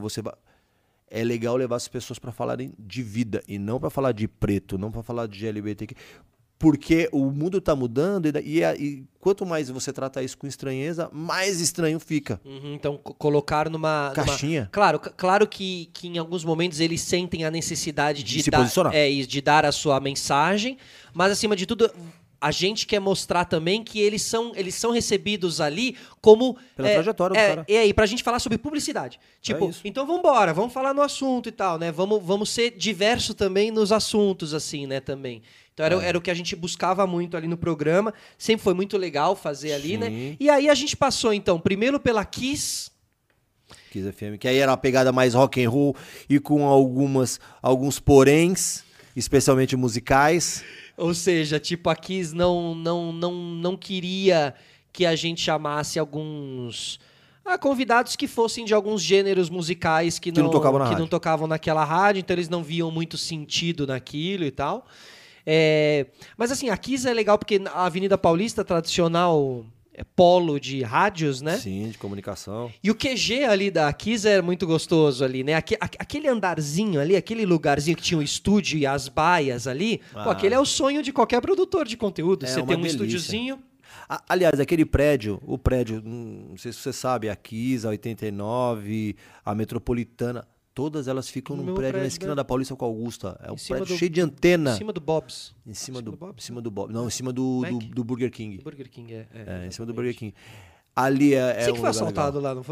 é legal levar as pessoas para falarem de vida e não para falar de preto, não para falar de LGBTQ. Porque o mundo está mudando e quanto mais você trata isso com estranheza, mais estranho fica. Então, colocar numa caixinha. Claro que em alguns momentos eles sentem a necessidade de se posicionar. De dar a sua mensagem, mas acima de tudo, a gente quer mostrar também que eles são recebidos ali como... Pela trajetória do cara. E aí, pra gente falar sobre publicidade. Tipo, então vambora, vamos falar no assunto e tal, né? Vamos ser diverso também nos assuntos, assim, né, também. Então era o que a gente buscava muito ali no programa. Sempre foi muito legal fazer ali, né? E aí a gente passou, então, primeiro pela Kiss FM, que aí era uma pegada mais rock and roll e com alguns poréns, especialmente musicais. Ou seja, tipo, a Kiss não queria que a gente chamasse alguns convidados que fossem de alguns gêneros musicais que não tocavam naquela rádio, então eles não viam muito sentido naquilo e tal. Mas assim, a Kiss é legal porque a Avenida Paulista, tradicional polo de rádios, né? Sim, de comunicação. E o QG ali da Kiss é muito gostoso ali, né? Aquele andarzinho ali, aquele lugarzinho que tinha o estúdio e as baias ali, aquele é o sonho de qualquer produtor de conteúdo. Você tem um estúdiozinho. Aliás, aquele prédio, não sei se você sabe, a Kiss, a 89, a Metropolitana, todas elas ficam num prédio na esquina da Paulista com a Augusta. É um prédio cheio de antena. Em cima do Bob's. Em cima do Bob's. Não, em cima do Burger King. Burger King, em cima do Burger King. Ali Você que foi assaltado lá, não foi?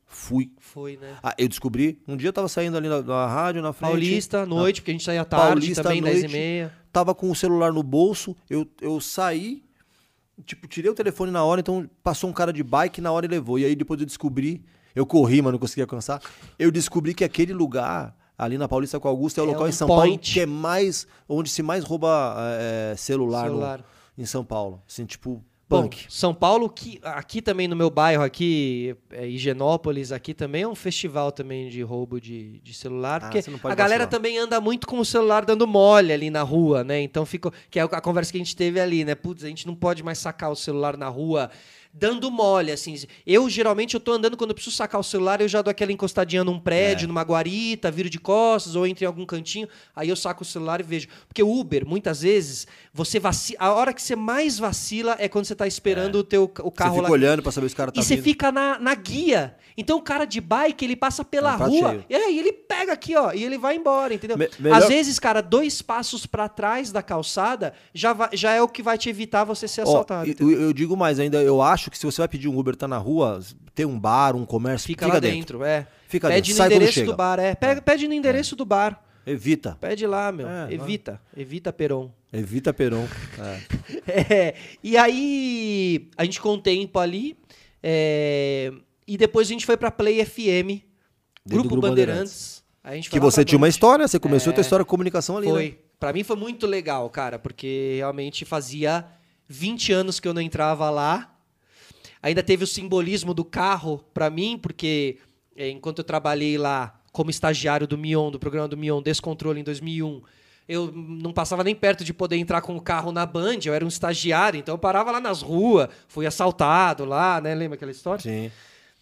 Fui. Foi, né? Ah, eu descobri, um dia eu tava saindo ali na rádio, na frente. Paulista, à noite, porque a gente saía tarde Paulista, também, à noite. 10h30. Tava com o celular no bolso, eu saí, tipo, tirei o telefone na hora, então passou um cara de bike na hora e levou. E aí depois eu descobri, eu corri, mas não consegui alcançar, eu descobri que aquele lugar, ali na Paulista com Augusto, é o local em São Paulo que é mais, onde se mais rouba celular. Em São Paulo. Assim, tipo, punk. Bom, São Paulo, aqui também no meu bairro, aqui, Higienópolis, aqui também é um festival também de roubo de celular, porque a galera também anda muito com o celular dando mole ali na rua, né? Então fica, que é a conversa que a gente teve ali, né? Putz, a gente não pode mais sacar o celular na rua dando mole, assim. Geralmente, eu tô andando, quando eu preciso sacar o celular, eu já dou aquela encostadinha num prédio, numa guarita, viro de costas, ou entro em algum cantinho, aí eu saco o celular e vejo. Porque o Uber, muitas vezes, você vacila, a hora que você mais vacila é quando você tá esperando o carro lá. Você fica olhando pra saber se o cara tá vindo. E você fica na guia. Então, o cara de bike, ele passa pela rua, e aí ele pega aqui, ó, e ele vai embora, entendeu? Às vezes, cara, 2 passos pra trás da calçada, já é o que vai te evitar você ser assaltado. Eu digo mais ainda, eu acho que se você vai pedir um Uber, tá na rua, tem um bar, um comércio, fica lá dentro. Fica pede dentro. no endereço do bar, Pede no endereço do bar. Evita. Pede lá, meu. Evita Peron. Evita Peron. E aí, a gente com o tempo ali, e depois a gente foi pra Play FM, Grupo Bandeirantes. A gente que você tinha uma história, você começou a ter história de comunicação ali, foi. Né? Pra mim foi muito legal, cara, porque realmente fazia 20 anos que eu não entrava lá. Ainda teve o simbolismo do carro pra mim, porque enquanto eu trabalhei lá como estagiário do Mion, do programa do Mion, Descontrole, em 2001, eu não passava nem perto de poder entrar com o carro na Band, eu era um estagiário, então eu parava lá nas ruas, fui assaltado lá, né? Lembra aquela história? Sim.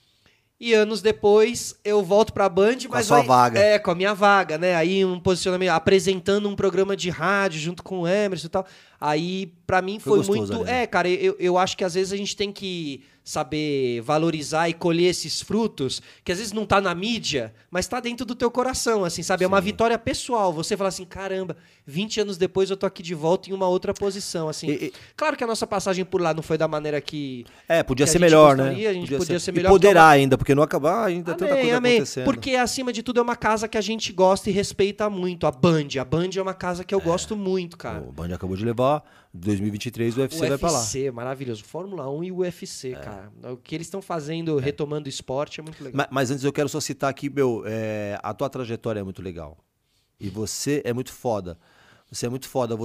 E anos depois, eu volto pra Band, mas... Com a sua vaga. Com a minha vaga, né? Aí um posicionamento, apresentando um programa de rádio junto com o Emerson e tal. Aí, pra mim, foi muito... Ali, né? Cara, eu acho que às vezes a gente tem que saber valorizar e colher esses frutos, que às vezes não tá na mídia, mas tá dentro do teu coração, assim, sabe? É uma vitória pessoal. Você fala assim, caramba, 20 anos depois eu tô aqui de volta em uma outra posição, assim. Claro que a nossa passagem por lá não foi da maneira que... podia ser melhor, gostaria, né? A gente podia ser melhor. E poderá ainda, porque não acabar ainda tanta coisa acontecendo. Porque, acima de tudo, é uma casa que a gente gosta e respeita muito. A Band é uma casa que eu gosto muito, cara. O Band acabou de levar... 2023 o UFC vai pra lá. O UFC, maravilhoso. Fórmula 1 e o UFC, cara. O que eles estão fazendo, retomando o esporte, é muito legal. Mas antes eu quero só citar aqui, a tua trajetória é muito legal. E você é muito foda. Você é muito foda.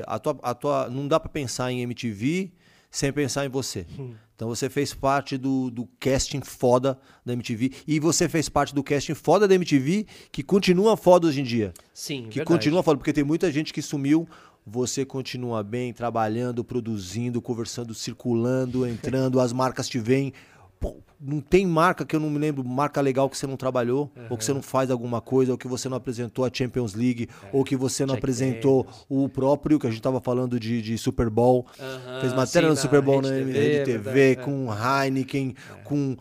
Não dá pra pensar em MTV sem pensar em você. Então você fez parte do casting foda da MTV. E você fez parte do casting foda da MTV que continua foda hoje em dia. Sim, que continua foda, porque tem muita gente que sumiu. Você continua bem, trabalhando, produzindo, conversando, circulando, entrando, as marcas te veem. Pô, não tem marca que eu não me lembro, marca legal que você não trabalhou, ou que você não faz alguma coisa, ou que você não apresentou a Champions League, ou que você não apresentou o próprio, que a gente tava falando de Super Bowl. Fez matéria no Super Bowl na Rede TV, com Heineken, com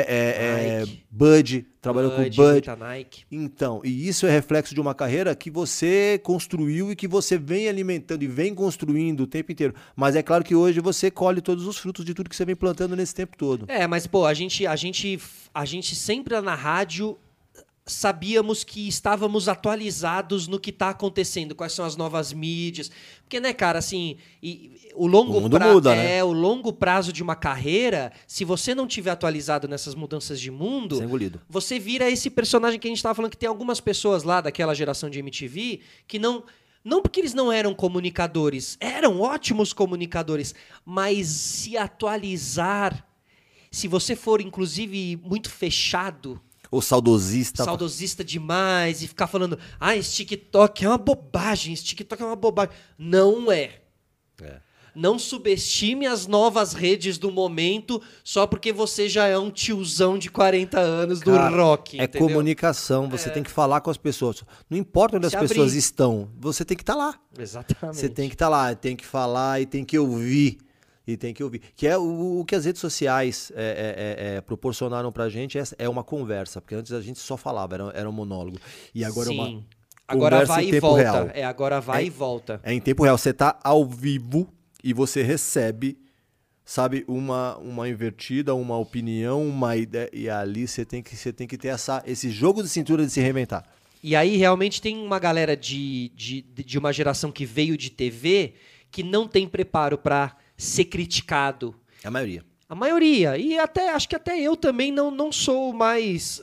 Bud, trabalhou com Bud. Nike. Então, e isso é reflexo de uma carreira que você construiu e que você vem alimentando e vem construindo o tempo inteiro. Mas é claro que hoje você colhe todos os frutos de tudo que você vem plantando nesse tempo todo. Mas pô, a gente sempre na rádio sabíamos que estávamos atualizados no que está acontecendo, quais são as novas mídias. Porque, né, cara, assim, o longo prazo de uma carreira, se você não tiver atualizado nessas mudanças de mundo, você vira esse personagem que a gente estava falando, que tem algumas pessoas lá daquela geração de MTV que não porque eles não eram comunicadores, eram ótimos comunicadores, mas se atualizar, se você for, inclusive, muito fechado... Ou saudosista. Saudosista demais e ficar falando, esse TikTok é uma bobagem, esse TikTok é uma bobagem. Não é. Não subestime as novas redes do momento só porque você já é um tiozão de 40 anos do rock. É entendeu? Comunicação, você tem que falar com as pessoas. Não importa onde as pessoas estão, você tem que estar lá. Exatamente. Você tem que estar lá, tem que falar e tem que ouvir. Que é o que as redes sociais proporcionaram pra gente, é uma conversa. Porque antes a gente só falava, era um monólogo. E agora Sim. é uma agora vai e volta. Real. Agora vai e volta. É em tempo real. Você tá ao vivo e você recebe sabe, uma invertida, uma opinião, uma ideia, e ali você tem que ter esse jogo de cintura de se reinventar. E aí realmente tem uma galera de uma geração que veio de TV que não tem preparo para ser criticado. É a maioria. A maioria. E acho que até eu também não sou mais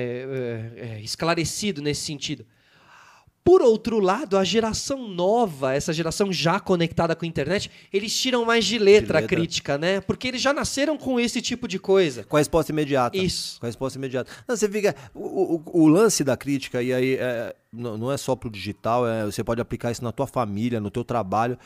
esclarecido nesse sentido. Por outro lado, a geração nova, essa geração já conectada com a internet, eles tiram mais de letra a crítica, né? Porque eles já nasceram com esse tipo de coisa. Com a resposta imediata. Isso. Com a resposta imediata. Não, você fica... O lance da crítica, e aí não é só pro digital, você pode aplicar isso na tua família, no teu trabalho.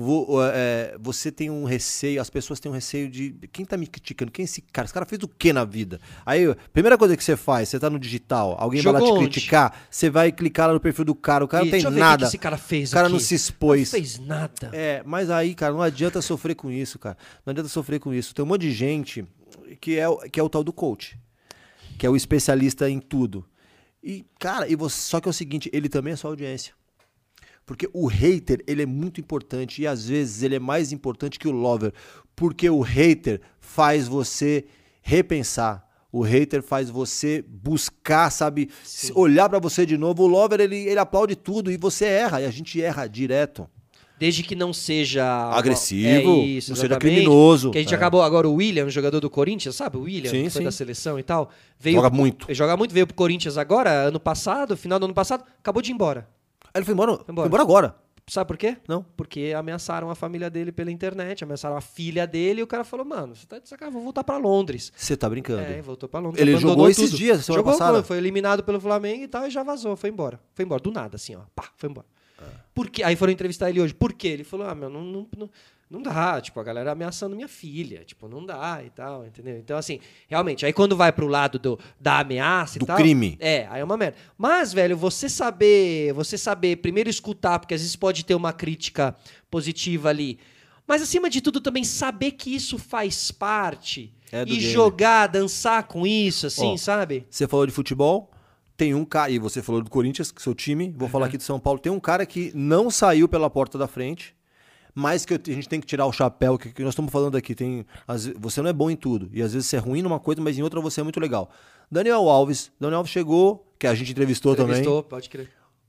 Você tem um receio, as pessoas têm um receio de... Quem tá me criticando? Quem é esse cara? Esse cara fez o que na vida? Aí, primeira coisa que você faz, você tá no digital, alguém vai lá te criticar, você vai clicar lá no perfil do cara, o cara não tem nada. Ver o que esse cara fez o cara aqui. Não se expôs. Não fez nada. Mas aí, cara, não adianta sofrer com isso, cara. Não adianta sofrer com isso. Tem um monte de gente que é o tal do coach, que é o especialista em tudo. E, cara, só que é o seguinte, ele também é sua audiência. Porque o hater, ele é muito importante e às vezes ele é mais importante que o lover. Porque o hater faz você repensar. O hater faz você buscar, sabe, olhar pra você de novo. O lover, ele aplaude tudo e você erra. E a gente erra direto. Desde que não seja... agressivo, não seja criminoso. Que a gente acabou agora, o William, jogador do Corinthians, sabe? O William, que foi da seleção e tal. Joga muito. Veio pro Corinthians agora, ano passado, final do ano passado, acabou de ir embora. Ele foi embora agora. Sabe por quê? Não. Porque ameaçaram a família dele pela internet, ameaçaram a filha dele, e o cara falou, mano, você tá de sacanagem, vou voltar pra Londres. Você tá brincando. Voltou pra Londres. Ele jogou esses dias, semana passada. Foi eliminado pelo Flamengo e tal, e já vazou, foi embora. Foi embora, do nada, assim, ó, pá, foi embora. Por quê? Aí foram entrevistar ele hoje. Por quê? Ele falou, não dá, tipo, a galera ameaçando minha filha, tipo, não dá e tal, entendeu? Então, assim, realmente, aí quando vai pro lado da ameaça e tal... Do crime. Aí é uma merda. Mas, velho, você saber primeiro escutar, porque às vezes pode ter uma crítica positiva ali, mas, acima de tudo, também saber que isso faz parte e jogar, dançar com isso, assim, sabe? Você falou de futebol... Tem um cara, e você falou do Corinthians, que é seu time, vou falar aqui de São Paulo, tem um cara que não saiu pela porta da frente, mas que a gente tem que tirar o chapéu, que nós estamos falando aqui, você não é bom em tudo, e às vezes você é ruim numa coisa, mas em outra você é muito legal. Daniel Alves chegou, que a gente entrevistou também. Pode crer.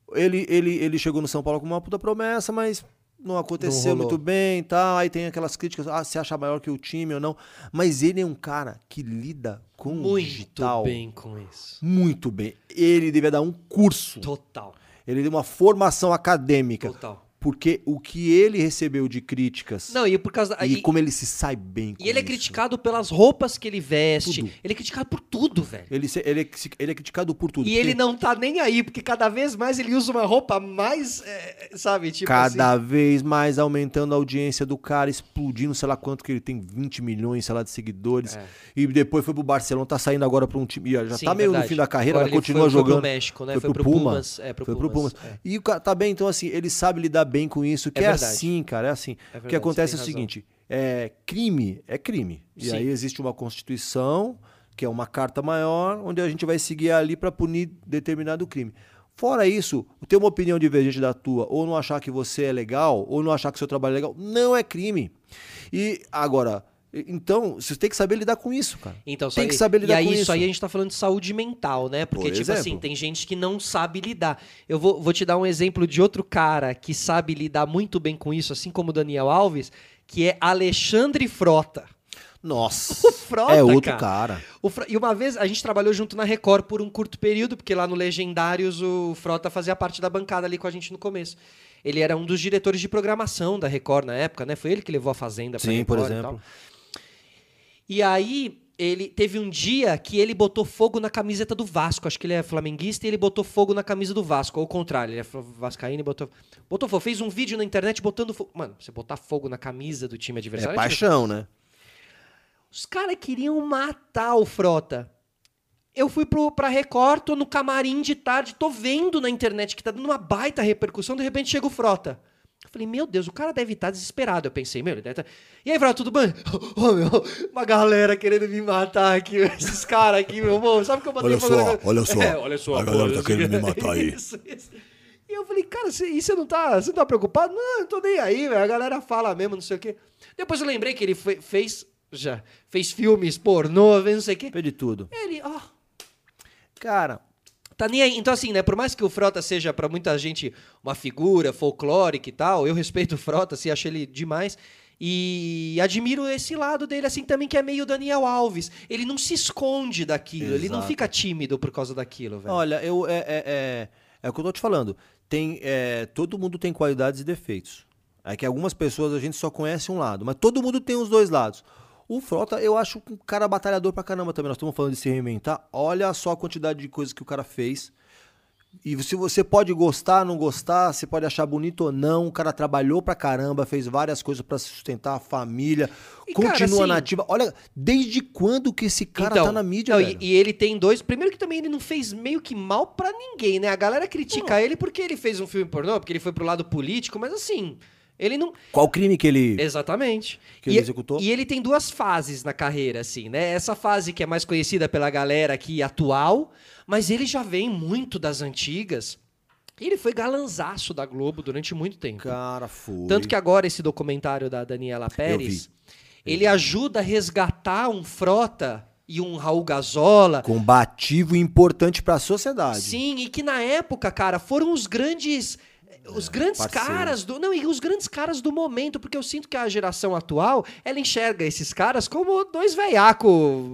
Ele chegou no São Paulo com uma puta promessa, mas não aconteceu muito bem e tal, aí tem aquelas críticas, se acha maior que o time ou não, mas ele é um cara que lida com o digital. Muito bem com isso. Muito bem. Ele devia dar um curso. Total. Ele deu uma formação acadêmica. Total. Porque o que ele recebeu de críticas... Não, e por causa... E como ele se sai bem com isso. E ele é criticado pelas roupas que ele veste. Tudo. Ele é criticado por tudo, velho. Ele é criticado por tudo. E ele não tá nem aí, porque cada vez mais ele usa uma roupa mais, sabe, tipo cada vez mais aumentando a audiência do cara, explodindo, sei lá quanto, que ele tem 20 milhões, sei lá, de seguidores. E depois foi pro Barcelona, tá saindo agora pra um time... Já tá meio no fim da carreira, agora ela continua jogando. Foi pro México, né? Foi pro Pumas. Foi pro Pumas. E o cara tá bem, então assim, ele sabe lidar bem com isso, que é assim, cara, é assim. O que acontece é o seguinte, crime é crime. E aí existe uma Constituição, que é uma carta maior, onde a gente vai seguir ali para punir determinado crime. Fora isso, ter uma opinião divergente da tua, ou não achar que você é legal, ou não achar que o seu trabalho é legal, não é crime. E agora... Então, você tem que saber lidar com isso, cara. Então, tem que saber lidar com isso. Isso aí a gente tá falando de saúde mental, né? Porque, tipo assim, tem gente que não sabe lidar. Eu vou te dar um exemplo de outro cara que sabe lidar muito bem com isso, assim como o Daniel Alves, que é Alexandre Frota. Nossa, o Frota, é outro cara. E uma vez a gente trabalhou junto na Record por um curto período, porque lá no Legendários o Frota fazia parte da bancada ali com a gente no começo. Ele era um dos diretores de programação da Record na época, né? Foi ele que levou a Fazenda pra Record, por exemplo. E aí, ele teve um dia que ele botou fogo na camiseta do Vasco. Acho que ele é flamenguista e ele botou fogo na camisa do Vasco. Ou ao contrário, ele é vascaíno e botou fogo. Fez um vídeo na internet botando fogo. Mano, você botar fogo na camisa do time adversário... É paixão, né? Os caras queriam matar o Frota. Eu fui pra Record, tô no camarim de tarde, tô vendo na internet que tá dando uma baita repercussão, de repente chega o Frota. Eu falei, meu Deus, o cara deve estar desesperado. Eu pensei, ele deve estar... E aí, Frota, tudo bem? Uma galera querendo me matar aqui, esses caras aqui, meu irmão. Sabe que eu botei olha só, olha só, a galera tá querendo me matar aí. Isso. E E eu falei, cara, e você não tá preocupado? Não, eu tô nem aí, velho. A galera fala mesmo, não sei o quê. Depois eu lembrei que ele fez filmes pornô, não sei o quê. Fez de tudo. Ele, ó... Cara... Tá nem aí. Então, assim, né? Por mais que o Frota seja pra muita gente uma figura folclórica e tal, eu respeito o Frota, assim, acho ele demais. E admiro esse lado dele, assim, também, que é meio Daniel Alves. Ele não se esconde daquilo, ele não Exato. fica tímido por causa daquilo, velho. Olha, é o que eu tô te falando. Todo mundo tem qualidades e defeitos. É que algumas pessoas a gente só conhece um lado, mas todo mundo tem os dois lados. O Frota, eu acho um cara batalhador pra caramba também. Nós estamos falando de se reinventar. Olha só a quantidade de coisas que o cara fez. E se você pode gostar, não gostar, você pode achar bonito ou não. O cara trabalhou pra caramba, fez várias coisas pra sustentar a família. E, continua cara, assim, nativa. Olha, desde quando que esse cara tá na mídia, não, velho? e ele tem dois... Primeiro que também ele não fez meio que mal pra ninguém, né? A galera critica ele porque ele fez um filme pornô, porque ele foi pro lado político, mas assim... Ele não... Qual crime que ele... Exatamente. Que ele executou? E ele tem duas fases na carreira, assim, né? Essa fase que é mais conhecida pela galera aqui atual, mas ele já vem muito das antigas. Ele foi galanzaço da Globo durante muito tempo. Cara, foi. Tanto que agora esse documentário da Daniela Pérez, ele ajuda a resgatar um Frota e um Raul Gazola. Combativo e importante pra sociedade. Sim, e que na época, cara, foram os grandes... Os grandes caras do... Não, e os grandes caras do momento, porque eu sinto que a geração atual, ela enxerga esses caras como dois veiacos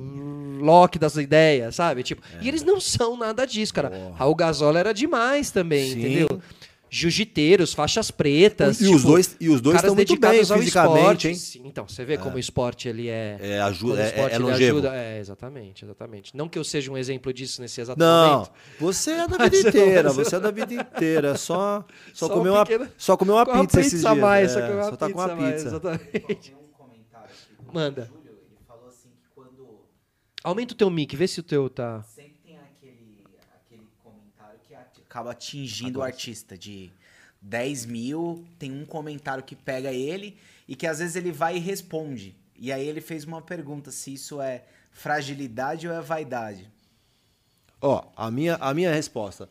Loki das ideias, sabe? Tipo, e eles não são nada disso, cara. Raul Gazola era demais também, entendeu? Jiu-jiteiros, faixas pretas. E tipo, os dois estão muito bem fisicamente, hein? Sim, então, você vê como o esporte ele ajuda, é longevo. Exatamente. Não que eu seja um exemplo disso nesse exato não, momento. você é da vida inteira, você é da vida inteira. Só comer uma pizza esses dias. Só tá com uma pizza. Exatamente. Um comentário aqui do Manda. Júlio, ele falou assim que quando Aumenta o teu mic, vê se o teu tá... sempre tem aquele comentário que acaba atingindo o artista de 10 mil, tem um comentário que pega ele e que às vezes ele vai e responde. E aí ele fez uma pergunta se isso é fragilidade ou é vaidade. Ó, a minha resposta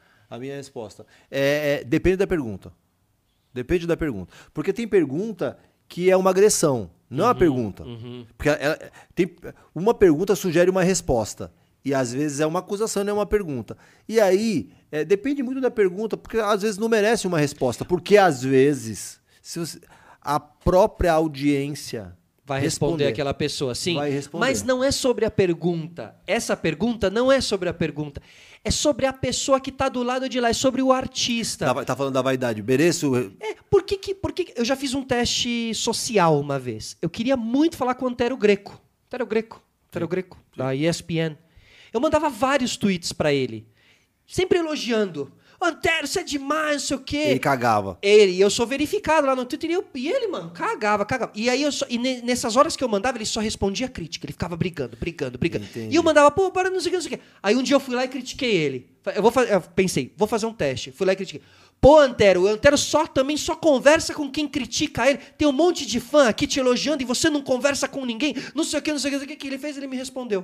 depende da pergunta. Depende da pergunta. Porque tem pergunta que é uma agressão, não é uma pergunta. Porque uma pergunta sugere uma resposta. E às vezes é uma acusação, não é uma pergunta. E aí, depende muito da pergunta, porque às vezes não merece uma resposta. Porque às vezes, a própria audiência vai responder aquela pessoa, sim. Vai responder. Mas não é sobre a pergunta. Essa pergunta não é sobre a pergunta. É sobre a pessoa que está do lado de lá, é sobre o artista. Tá falando da vaidade. Mereço... Por que eu já fiz um teste social uma vez. Eu queria muito falar com o Antero Greco. Antero Greco, da ESPN. Eu mandava vários tweets pra ele, sempre elogiando. Antero, você é demais, não sei o quê. Ele cagava. Eu sou verificado lá no Twitter e ele, mano, cagava. E aí, nessas horas que eu mandava, ele só respondia crítica. Ele ficava brigando. Entendi. E eu mandava, pô, para não sei o que. Aí um dia eu fui lá e critiquei ele. Eu pensei, vou fazer um teste. Fui lá e critiquei. Pô, Antero, o Antero também só conversa com quem critica ele. Tem um monte de fã aqui te elogiando e você não conversa com ninguém. Não sei o que. O que ele fez? Ele me respondeu.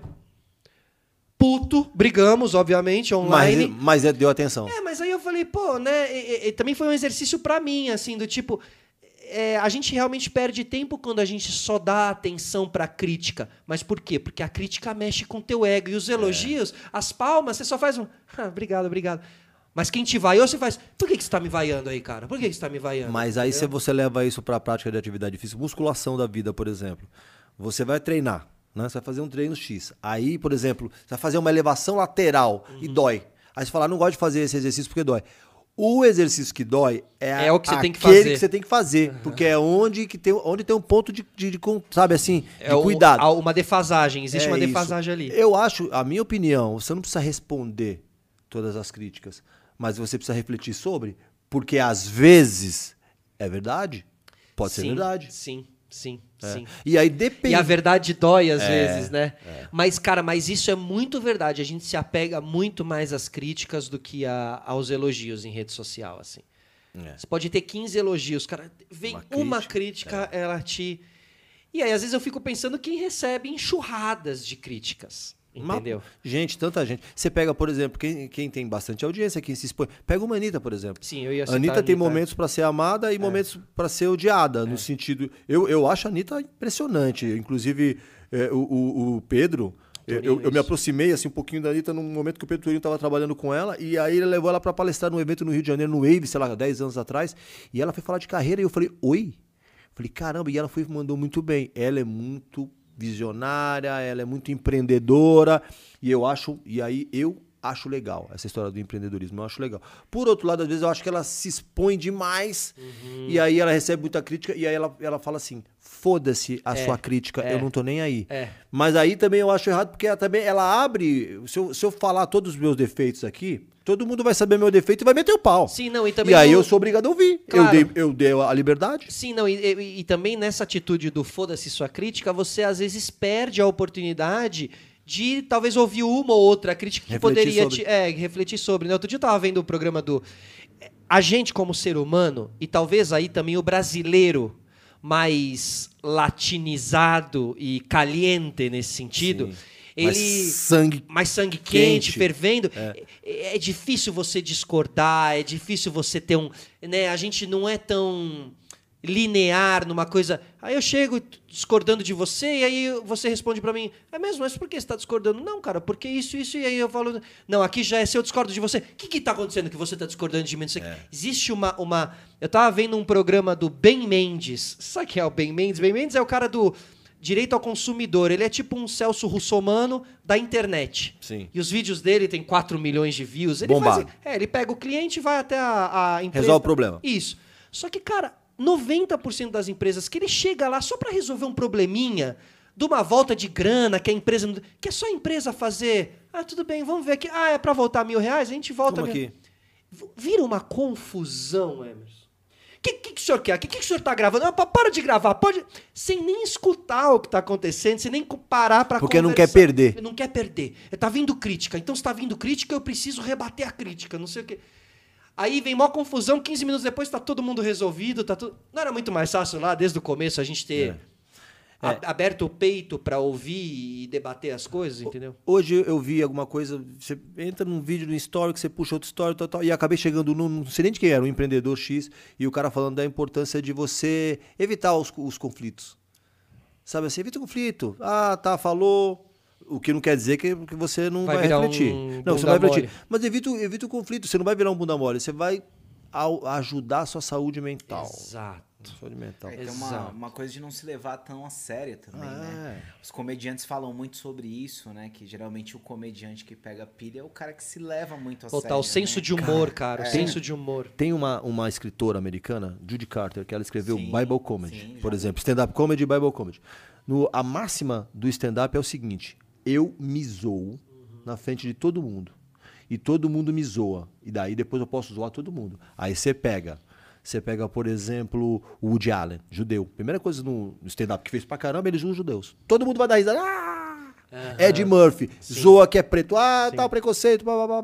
Puto, brigamos, obviamente, online. Mas deu atenção. Mas aí eu falei, pô, né? E também foi um exercício pra mim, assim, do tipo... a gente realmente perde tempo quando a gente só dá atenção pra crítica. Mas por quê? Porque a crítica mexe com o teu ego. E os elogios, as palmas, você só faz um... obrigado. Mas quem te vaiou, você faz... Por que você tá me vaiando aí, cara? Por que você tá me vaiando? Mas aí se você leva isso pra prática de atividade física, musculação da vida, por exemplo. Você vai treinar. Né? Você vai fazer um treino X. Aí, por exemplo, você vai fazer uma elevação lateral e dói. Aí você fala, não gosto de fazer esse exercício porque dói. O exercício que dói é o que você tem que aquele fazer. Que você tem que fazer. Porque é onde tem um ponto de sabe assim, de cuidado. Uma defasagem. Existe uma defasagem ali. Eu acho, a minha opinião, você não precisa responder todas as críticas, mas você precisa refletir sobre, porque às vezes é verdade. Pode ser verdade. Sim. E aí depende. E a verdade dói às vezes, né? Mas, cara, isso é muito verdade. A gente se apega muito mais às críticas do que aos elogios em rede social, assim. Você pode ter 15 elogios, cara. Vem uma crítica, ela te... E aí, às vezes, eu fico pensando quem recebe enxurradas de críticas, Entendeu? Gente, tanta gente. Você pega, por exemplo, quem tem bastante audiência, quem se expõe. Pega uma Anitta, por exemplo. Sim, eu ia A citar Anitta tem momentos pra ser amada e momentos pra ser odiada, no sentido... Eu acho a Anitta impressionante. Inclusive, o Pedro... Eu me aproximei assim, um pouquinho da Anitta num momento que o Pedro Turinho estava trabalhando com ela, e aí ele levou ela para palestrar num evento no Rio de Janeiro, no Wave, sei lá, 10 anos atrás, e ela foi falar de carreira, e eu falei, oi? Falei, caramba, e ela mandou muito bem. Ela é muito visionária, ela é muito empreendedora, e eu acho legal essa história do empreendedorismo, eu acho legal. Por outro lado, às vezes eu acho que ela se expõe demais, e aí ela recebe muita crítica, e aí ela fala assim, foda-se a sua crítica, eu não tô nem aí. Mas aí também eu acho errado, porque ela abre, se eu falar todos os meus defeitos aqui, todo mundo vai saber meu defeito e vai meter o pau. Sim, não, e também aí eu sou obrigado a ouvir. Claro. Eu dei a liberdade. Sim, não, e também nessa atitude do foda-se sua crítica, você às vezes perde a oportunidade de talvez ouvir uma ou outra crítica que Refletir poderia refletir sobre. Né? Outro dia eu tava vendo o programa do... A gente como ser humano, e talvez aí também o brasileiro mais latinizado e caliente nesse sentido... Sim. Mais sangue quente, fervendo. É difícil você discordar, é difícil você ter um... Né, a gente não é tão linear numa coisa... Aí eu chego discordando de você e aí você responde pra mim, é mesmo? Mas por que você tá discordando? Não, cara, porque isso, e aí eu falo... Não, aqui já é se eu discordo de você. O que tá acontecendo que você tá discordando de mim? Existe uma... Eu tava vendo um programa do Ben Mendes. Sabe quem é o Ben Mendes? Ben Mendes é o cara do... Direito ao consumidor. Ele é tipo um Celso Russomano da internet. Sim. E os vídeos dele tem 4 milhões de views. Ele Bombado. ele pega o cliente e vai até a empresa. Resolve o problema. Isso. Só que, cara, 90% das empresas que ele chega lá só para resolver um probleminha de uma volta de grana que a empresa... Que é só a empresa fazer... Ah, tudo bem, vamos ver aqui. Ah, é para voltar R$1.000? A gente volta... Vamos aqui. Vira uma confusão, Emerson. O que o senhor quer? O que o senhor está gravando? Ah, para de gravar, pode... Sem nem escutar o que está acontecendo, sem nem parar para conversar. Porque não quer perder. Não quer perder. Está vindo crítica. Então, se está vindo crítica, eu preciso rebater a crítica, não sei o quê. Aí vem mó confusão, 15 minutos depois está todo mundo resolvido. Não era muito mais fácil lá, desde o começo, a gente ter aberto o peito para ouvir e debater as coisas, entendeu? Hoje eu vi alguma coisa, você entra num vídeo no story, que você puxa outro story, tal, e acabei chegando não sei nem de quem era, um empreendedor X, e o cara falando da importância de você evitar os conflitos. Sabe assim, evita o conflito. Ah, tá, falou... O que não quer dizer que você não vai refletir. Não, você vai refletir. Mas evita o conflito, você não vai virar um bunda mole, você vai ajudar a sua saúde mental. Exato. Saúde mental. Tem uma coisa de não se levar tão a sério também, né? Os comediantes falam muito sobre isso, né? Que geralmente o comediante que pega pilha é o cara que se leva muito a sério. Total, senso de humor, cara. Senso de humor. Tem uma escritora americana, Judy Carter, que ela escreveu Sim, Bible Comedy, sim, por exemplo. Stand-up comedy e Bible comedy. A máxima do stand-up é o seguinte: eu me zoo na frente de todo mundo. E todo mundo me zoa. E daí depois eu posso zoar todo mundo. Aí você pega, por exemplo, o Woody Allen, judeu. Primeira coisa no stand-up que fez pra caramba, ele zoa os judeus. Todo mundo vai dar risada. Ed Murphy, zoa que é preto. Tá, preconceito.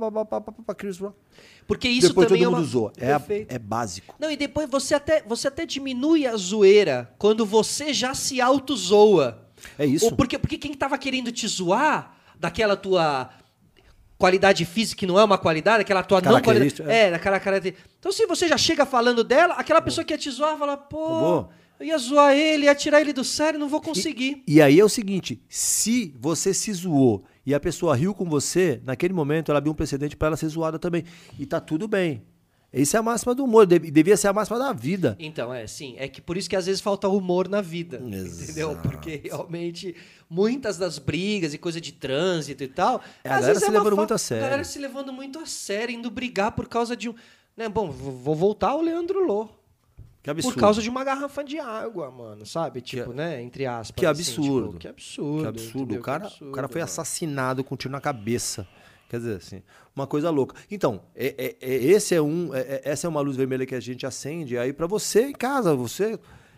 Chris Rock. Porque isso depois também todo mundo zoa. É básico. Não, e depois você até diminui a zoeira quando você já se auto-zoa. É isso. Porque quem tava querendo te zoar daquela tua qualidade física, que não é uma qualidade, aquela tua não qualidade. Daquela característica. Então, se você já chega falando dela, aquela pessoa que ia te zoar fala, pô, eu ia zoar ele, ia tirar ele do sério, não vou conseguir. E aí é o seguinte, se você se zoou e a pessoa riu com você, naquele momento ela abriu um precedente para ela ser zoada também. E tá tudo bem. Isso é a máxima do humor, devia ser a máxima da vida. Então, sim. É que por isso que às vezes falta humor na vida. Exato. Entendeu? Porque realmente muitas das brigas e coisa de trânsito e tal. A galera se levando muito a sério. A galera se levando muito a sério, indo brigar por causa de um. Né? Bom, vou voltar ao Leandro Lô. Que absurdo. Por causa de uma garrafa de água, mano, sabe? Tipo, né? Entre aspas. Que absurdo. Assim, tipo, que absurdo. Que absurdo. O cara foi mano. assassinado com um tiro na cabeça. Quer dizer, assim, uma coisa louca. Então, essa é uma luz vermelha que a gente acende aí pra você em casa, você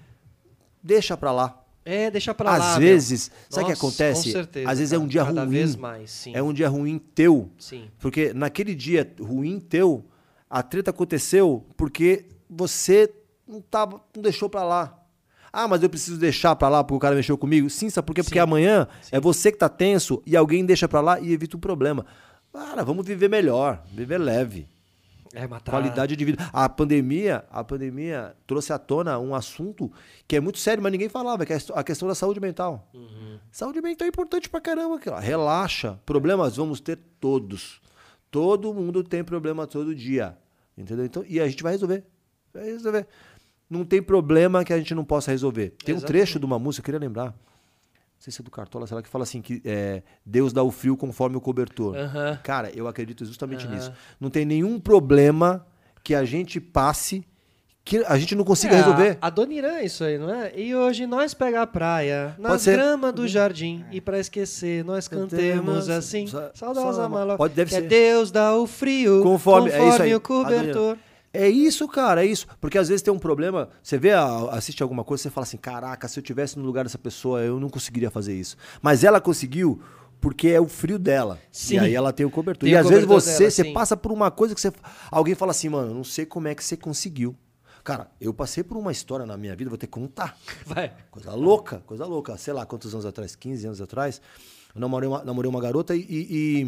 deixa pra lá. Deixa pra lá. Às vezes, sabe o que Nossa, acontece? Com certeza, às vezes é um dia ruim. Cada vez mais, sim. É um dia ruim teu. Sim. Porque naquele dia ruim teu, a treta aconteceu porque você não deixou pra lá. Ah, mas eu preciso deixar pra lá porque o cara mexeu comigo. Sim, sabe por quê? Porque Sim. amanhã Sim. é você que tá tenso e alguém deixa pra lá e evita um problema. Cara, vamos viver melhor, viver leve. Matar. Qualidade de vida. A pandemia trouxe à tona um assunto que é muito sério, mas ninguém falava, que é a questão da saúde mental. Uhum. Saúde mental é importante pra caramba. Cara. Relaxa. Problemas vamos ter todos. Todo mundo tem problema todo dia. Entendeu? Então, e a gente vai resolver. Vai resolver. Não tem problema que a gente não possa resolver. Tem um trecho de uma música, eu queria lembrar. Não sei se é do Cartola, sei lá, que fala assim, que Deus dá o frio conforme o cobertor. Aham. Cara, eu acredito justamente nisso. Não tem nenhum problema que a gente passe que a gente não consiga resolver. A Dona Irã é isso aí, não é? E hoje nós pega a praia, nas ser. gramas do jardim, e pra esquecer nós cantemos assim, saudosa maloca, Pode, deve que é ser. Deus dá o frio Conforme- é isso aí. o cobertor. É isso, cara, é isso. Porque às vezes tem um problema, você vê, assiste alguma coisa, você fala assim, caraca, se eu tivesse no lugar dessa pessoa, eu não conseguiria fazer isso. Mas ela conseguiu porque é o frio dela. Sim. E aí ela tem o cobertor. Tem E o às vezes cobertor dela, você sim. passa por uma coisa que alguém fala assim, mano, eu não sei como é que você conseguiu. Cara, eu passei por uma história na minha vida, vou ter que contar. Vai. Coisa louca. Sei lá quantos anos atrás, 15 anos atrás, eu namorei uma garota e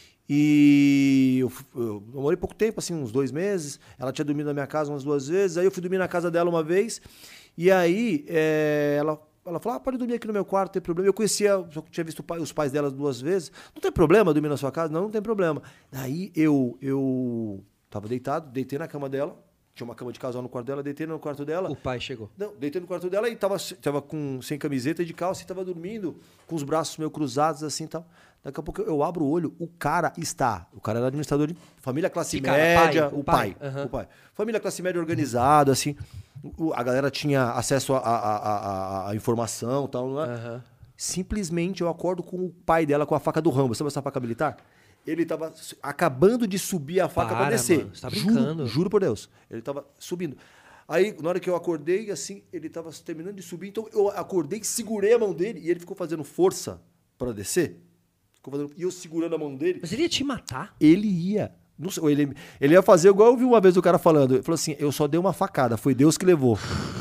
eu namorei pouco tempo, assim, uns 2 meses. Ela tinha dormido na minha casa umas 2 vezes. Aí eu fui dormir na casa dela uma vez. E aí ela falou, pode dormir aqui no meu quarto, não tem problema. Eu conhecia, só tinha visto os pais dela 2 vezes. Não tem problema dormir na sua casa? Não tem problema. Daí eu tava deitado, deitei na cama dela. Tinha uma cama de casal no quarto dela, deitei no quarto dela. O pai chegou. Não, deitei no quarto dela e tava sem camiseta e de calça e tava dormindo com os braços meio cruzados assim e tal. Daqui a pouco eu abro o olho, o cara era administrador de família classe Que cara? média, Pai? o pai. Aham. O pai. Família classe média organizado, assim. A galera tinha acesso a informação e tal, não é? Aham. Simplesmente eu acordo com o pai dela com a faca do Rambo. Sabe essa faca militar? Ele tava acabando de subir a faca pra descer. Mano, você tá brincando. Juro por Deus. Ele tava subindo. Aí, na hora que eu acordei, assim, ele tava terminando de subir. Então, eu acordei, segurei a mão dele e ele ficou fazendo força pra descer. E eu segurando a mão dele. Mas ele ia te matar? Ele ia. Não sei, ele ia fazer igual eu vi uma vez o cara falando. Ele falou assim, eu só dei uma facada, foi Deus que levou.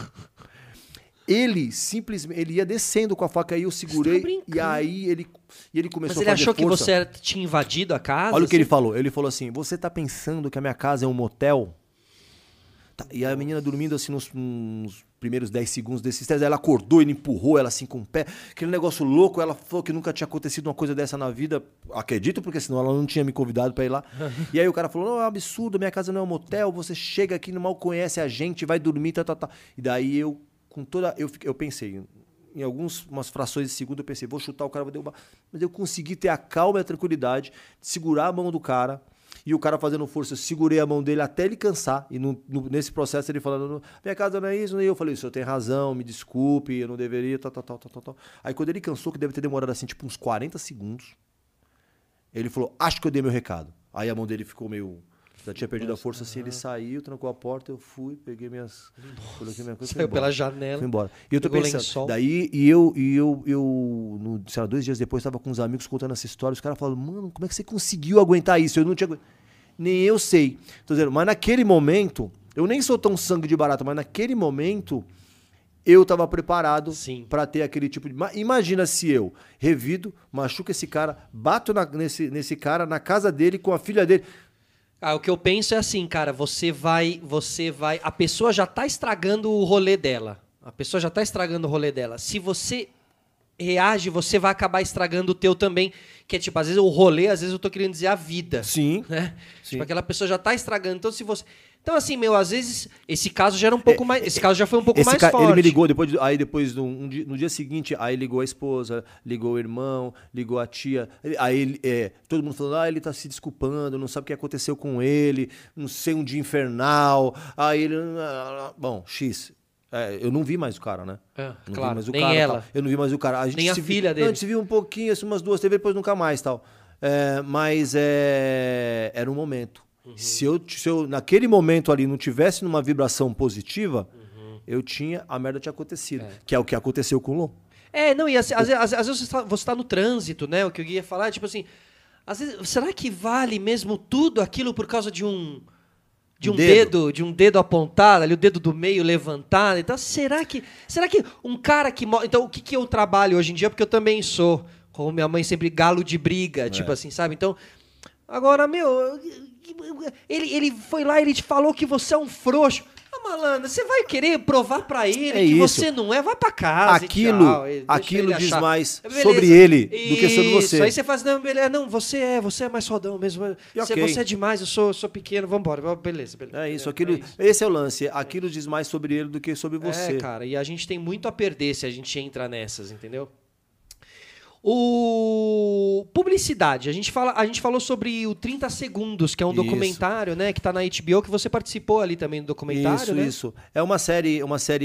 Ele simplesmente, ele ia descendo com a faca aí, eu segurei, e aí ele começou Mas ele a fazer achou que força. você tinha invadido a casa? Olha o que assim? ele falou assim, você tá pensando que a minha casa é um motel? Tá, e a menina dormindo assim nos primeiros 10 segundos desses testes, ela acordou, ele empurrou ela assim com o pé, aquele negócio louco, ela falou que nunca tinha acontecido uma coisa dessa na vida, acredito, porque senão ela não tinha me convidado pra ir lá. E aí o cara falou, não, é um absurdo, minha casa não é um motel, você chega aqui, mal conhece a gente, vai dormir, tá. E daí eu pensei, em umas frações de segundo, eu pensei, vou chutar o cara, vou derrubar. Mas eu consegui ter a calma e a tranquilidade de segurar a mão do cara, e o cara fazendo força, eu segurei a mão dele até ele cansar, e nesse processo ele falando, minha casa não é isso, e eu falei, o senhor tem razão, me desculpe, eu não deveria, tal. Aí quando ele cansou, que deve ter demorado assim, tipo uns 40 segundos, ele falou, acho que eu dei meu recado. Aí a mão dele ficou meio... Já tinha perdido a força, assim, ele saiu, trancou a porta, eu fui, peguei coloquei minha coisa, Saiu pela janela. fui embora. E eu tô pegou pensando, lençol. daí, sei lá, 2 dias depois, tava com uns amigos contando essa história, os caras falaram, mano, como é que você conseguiu aguentar isso? Eu não tinha... Nem eu sei. Tô dizendo, mas naquele momento, eu nem sou tão sangue de barata, mas naquele momento, eu tava preparado pra ter aquele tipo de... Imagina se eu revido, machuco esse cara, bato nesse cara, na casa dele, com a filha dele... O que eu penso é assim, cara, você vai... A pessoa já tá estragando o rolê dela. Se você reage, você vai acabar estragando o teu também. Que é tipo, às vezes o rolê, às vezes eu tô querendo dizer a vida. Sim. Né? Sim. Tipo, aquela pessoa já tá estragando. Então, se você... Então, assim, às vezes, esse caso já era um pouco mais... Esse caso já foi um pouco mais forte. Ele me ligou, depois no dia seguinte, aí ligou a esposa, ligou o irmão, ligou a tia. Aí todo mundo falando, ele tá se desculpando, não sabe o que aconteceu com ele, não sei, um dia infernal. Aí ele... Bom, X. Eu não vi mais o cara, né? Não Claro, vi mais o nem cara, ela. tal. Eu não vi mais o cara. Nem a filha dele. Não, a gente se viu um pouquinho, assim, umas 2 TV, depois nunca mais, tal. Mas era um momento. Se eu naquele momento ali não tivesse numa vibração positiva, a merda tinha acontecido. Que é o que aconteceu com o Lô. Não, e às vezes você tá no trânsito, né? O que eu ia falar, tipo assim, às vezes, será que vale mesmo tudo aquilo por causa de um de um dedo apontado, ali o dedo do meio levantado. Então, será que um cara que... Então, o que eu trabalho hoje em dia? Porque eu também sou, como minha mãe sempre, galo de briga, tipo assim, sabe? Então, agora, meu... Ele foi lá e ele te falou que você é um frouxo. Ah, malandro, você vai querer provar pra ele que isso. você não é? Vai pra casa Aquilo diz achar. mais Beleza. sobre ele do que sobre você. Isso, aí você faz, não, beleza, não, você é mais fodão mesmo. Você é demais, eu sou pequeno, vambora, beleza. É isso, esse é o lance. Aquilo diz mais sobre ele do que sobre você. É, cara, e a gente tem muito a perder se a gente entra nessas, entendeu? Publicidade. A gente falou sobre o 30 Segundos, que é um documentário, né? Que tá na HBO, que você participou ali também do documentário, né? Isso. É uma série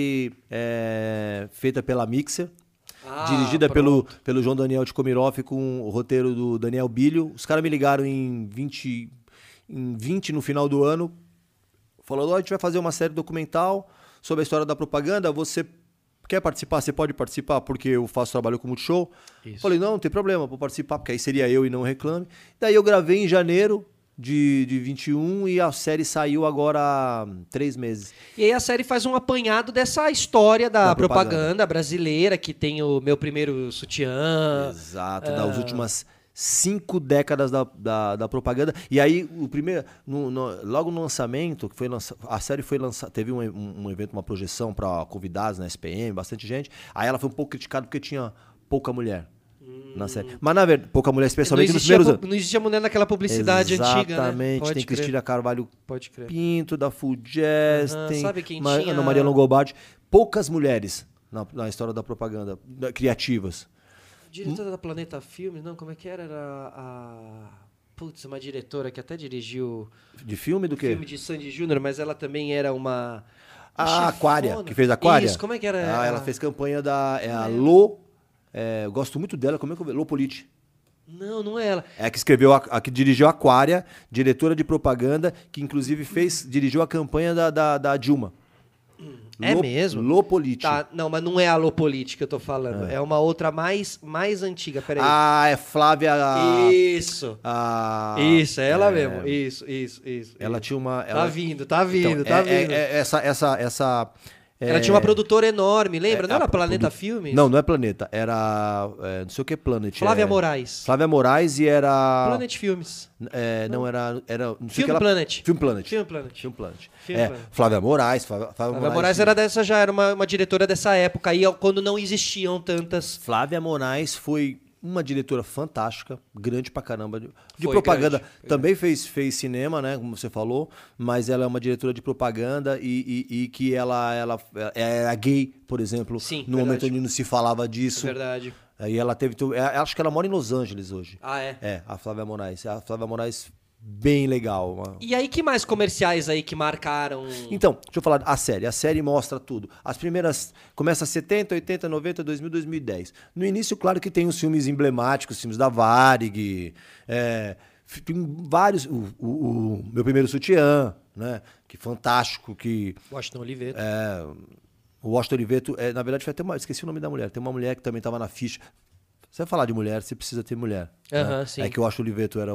feita pela Mixer, dirigida pelo João Daniel de Komiroff, com o roteiro do Daniel Bilho. Os caras me ligaram em 20 no final do ano, falando, a gente vai fazer uma série documental sobre a história da propaganda, você quer participar? Você pode participar, porque eu faço trabalho com Multishow. Falei, não tem problema, vou participar, porque aí seria eu e não Reclame. Daí eu gravei em janeiro de 21 e a série saiu agora há 3 meses. E aí a série faz um apanhado dessa história da propaganda brasileira, que tem o Meu Primeiro Sutiã. Exato, das últimas 5 décadas da propaganda. E aí, o primeiro, logo no lançamento, a série foi lançada, teve um evento, uma projeção para convidados na SPM, bastante gente. Aí ela foi um pouco criticada porque tinha pouca mulher na série. Mas, na verdade, pouca mulher, especialmente nos primeiros anos. Não existia mulher naquela publicidade antiga, né? Exatamente, tem Cristina Carvalho Pinto, da Full Jazz, tem sabe quem Ana Maria Longobardi. Poucas mulheres na história da propaganda, criativas. Diretora da Planeta Filmes, não, como é que era? Era uma diretora que até dirigiu... De filme do quê? Filme de Sandy Júnior, mas ela também era uma... A Aquária, que fez Aquária? Isso, como é que era? Ela fez campanha a Lô... eu gosto muito dela, como é que eu vejo? Lô Politi. Não é ela. É a que escreveu, a que dirigiu Aquária, diretora de propaganda, que inclusive dirigiu a campanha da Dilma. É mesmo? Lopoliti. Tá, não, mas não é a Lopoliti que eu tô falando. É uma outra mais antiga, peraí. É Flávia... Isso. Isso, é ela mesmo. Isso. Ela tinha uma... Tá vindo. Então, essa... Ela tinha uma produtora enorme, lembra? Não era Planeta Filmes? Não é Planeta. Era... não sei o que é Planet. Flávia Moraes. Flávia Moraes e era... Planet Filmes. Não era... Não sei Film que ela... Planet. Film Planet. Film Planet. Film Planet. Film Planet. Flávia Moraes. Flávia Moraes era dessa, já era uma diretora dessa época aí, quando não existiam tantas... Flávia Moraes foi uma diretora fantástica, grande pra caramba, de propaganda. Também fez cinema, né, como você falou, mas ela é uma diretora de propaganda e que ela era gay, por exemplo, Sim, no momento onde não se falava disso. Verdade. Aí ela teve... acho que ela mora em Los Angeles hoje. Ah, é? É, a Flávia Moraes. A Flávia Moraes... Bem legal. E aí, que mais comerciais aí que marcaram? Então, deixa eu falar, a série mostra tudo. As primeiras, começa 70, 80, 90, 2000, 2010. No início, claro que tem os filmes emblemáticos, filmes da Varig, tem vários, o Meu Primeiro Sutiã, né, que fantástico, que... Washington Oliveto. O Washington Oliveto, na verdade, foi até esqueci o nome da mulher, tem uma mulher que também estava na ficha. Você vai falar de mulher, você precisa ter mulher. Né? Sim. É que o Washington Oliveto era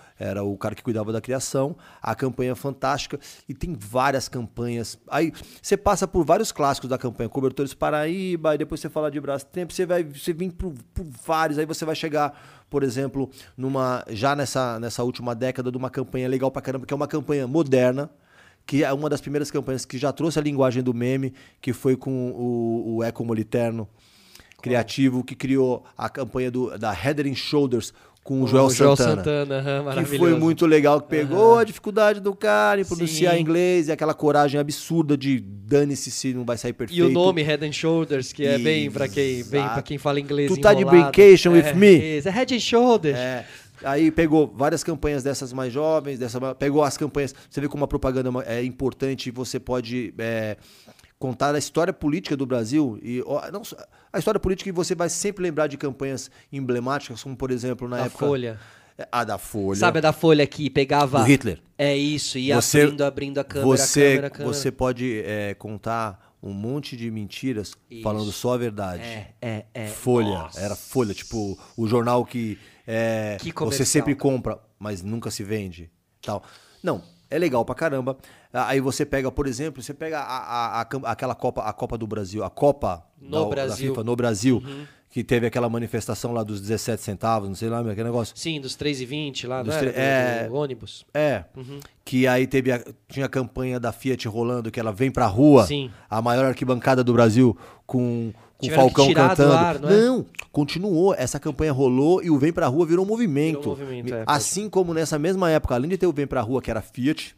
o cara que cuidava da criação, a campanha fantástica, e tem várias campanhas. Aí você passa por vários clássicos da campanha, Cobertores Paraíba, aí depois você fala de Brastemp, você vem por vários, aí você vai chegar, por exemplo, já nessa última década, de uma campanha legal pra caramba, que é uma campanha moderna, que é uma das primeiras campanhas que já trouxe a linguagem do meme, que foi com o Eco Moliterno, criativo, que criou a campanha da Head and Shoulders com o Joel Santana, maravilhoso. Que foi muito legal, que pegou a dificuldade do cara em pronunciar inglês e aquela coragem absurda de dane-se se não vai sair perfeito. E o nome Head and Shoulders, que é bem pra quem fala inglês Tu tá de vacation with me? É Head and Shoulders. Aí pegou várias campanhas dessas mais jovens, pegou as campanhas, você vê como a propaganda é importante, você pode contar a história política do Brasil, e não, a história política, e você vai sempre lembrar de campanhas emblemáticas, como por exemplo na época... Folha. A da Folha. Sabe a da Folha que pegava... O Hitler. É isso, ia abrindo a câmera, a câmera. Você pode contar um monte de mentiras falando só a verdade. Folha. Nossa. Era Folha, tipo o jornal que você sempre compra, mas nunca se vende. Tal. Não, É legal pra caramba. Aí você pega, por exemplo, você pega aquela Copa, a Copa do Brasil, a Copa No da Brasil. FIFA no Brasil, Uhum. que teve aquela manifestação lá dos 17 centavos, não sei lá, aquele negócio. Sim, dos 3,20 lá, Dos não era? tre- é. Do ônibus. É, que aí tinha a campanha da Fiat rolando, que ela vem pra rua, Sim. a maior arquibancada do Brasil, com o Tiveram Falcão que tirar do cantando. ar, não é? Continuou. Essa campanha rolou e o Vem Pra Rua virou um movimento. Virou um movimento, pode Assim como nessa mesma época, além de ter o Vem Pra Rua, que era Fiat,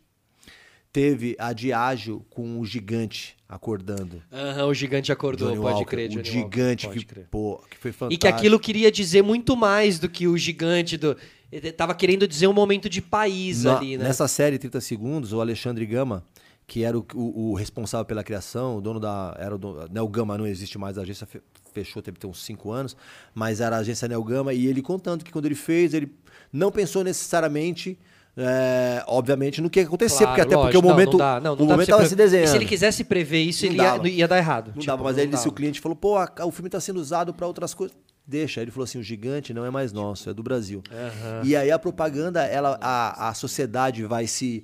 teve a Diageo com o Gigante acordando. Aham, o gigante acordou, Johnny pode Walker, crer, o Johnny Gigante Walker, pode crer. que foi fantástico. E que aquilo queria dizer muito mais do que o gigante do... Ele tava querendo dizer um momento de país ali, né? Nessa série 30 Segundos, o Alexandre Gama, que era o responsável pela criação, o dono da... Neo Gama não existe mais, a agência fechou, teve uns 5 anos, mas era a agência Neo Gama, e ele contando que quando ele fez, ele não pensou necessariamente... obviamente no que ia acontecer, Claro, porque até porque lógico. o momento Não dá o momento estava se desenhando. E se ele quisesse prever isso, Não ele dava. ia dar errado. Não Tipo, dava, mas aí não se o dava. cliente falou, pô, o filme está sendo usado para outras coisas, deixa. Aí ele falou assim, o Gigante não é mais nosso, é do Brasil. Aham. E aí a propaganda, a sociedade vai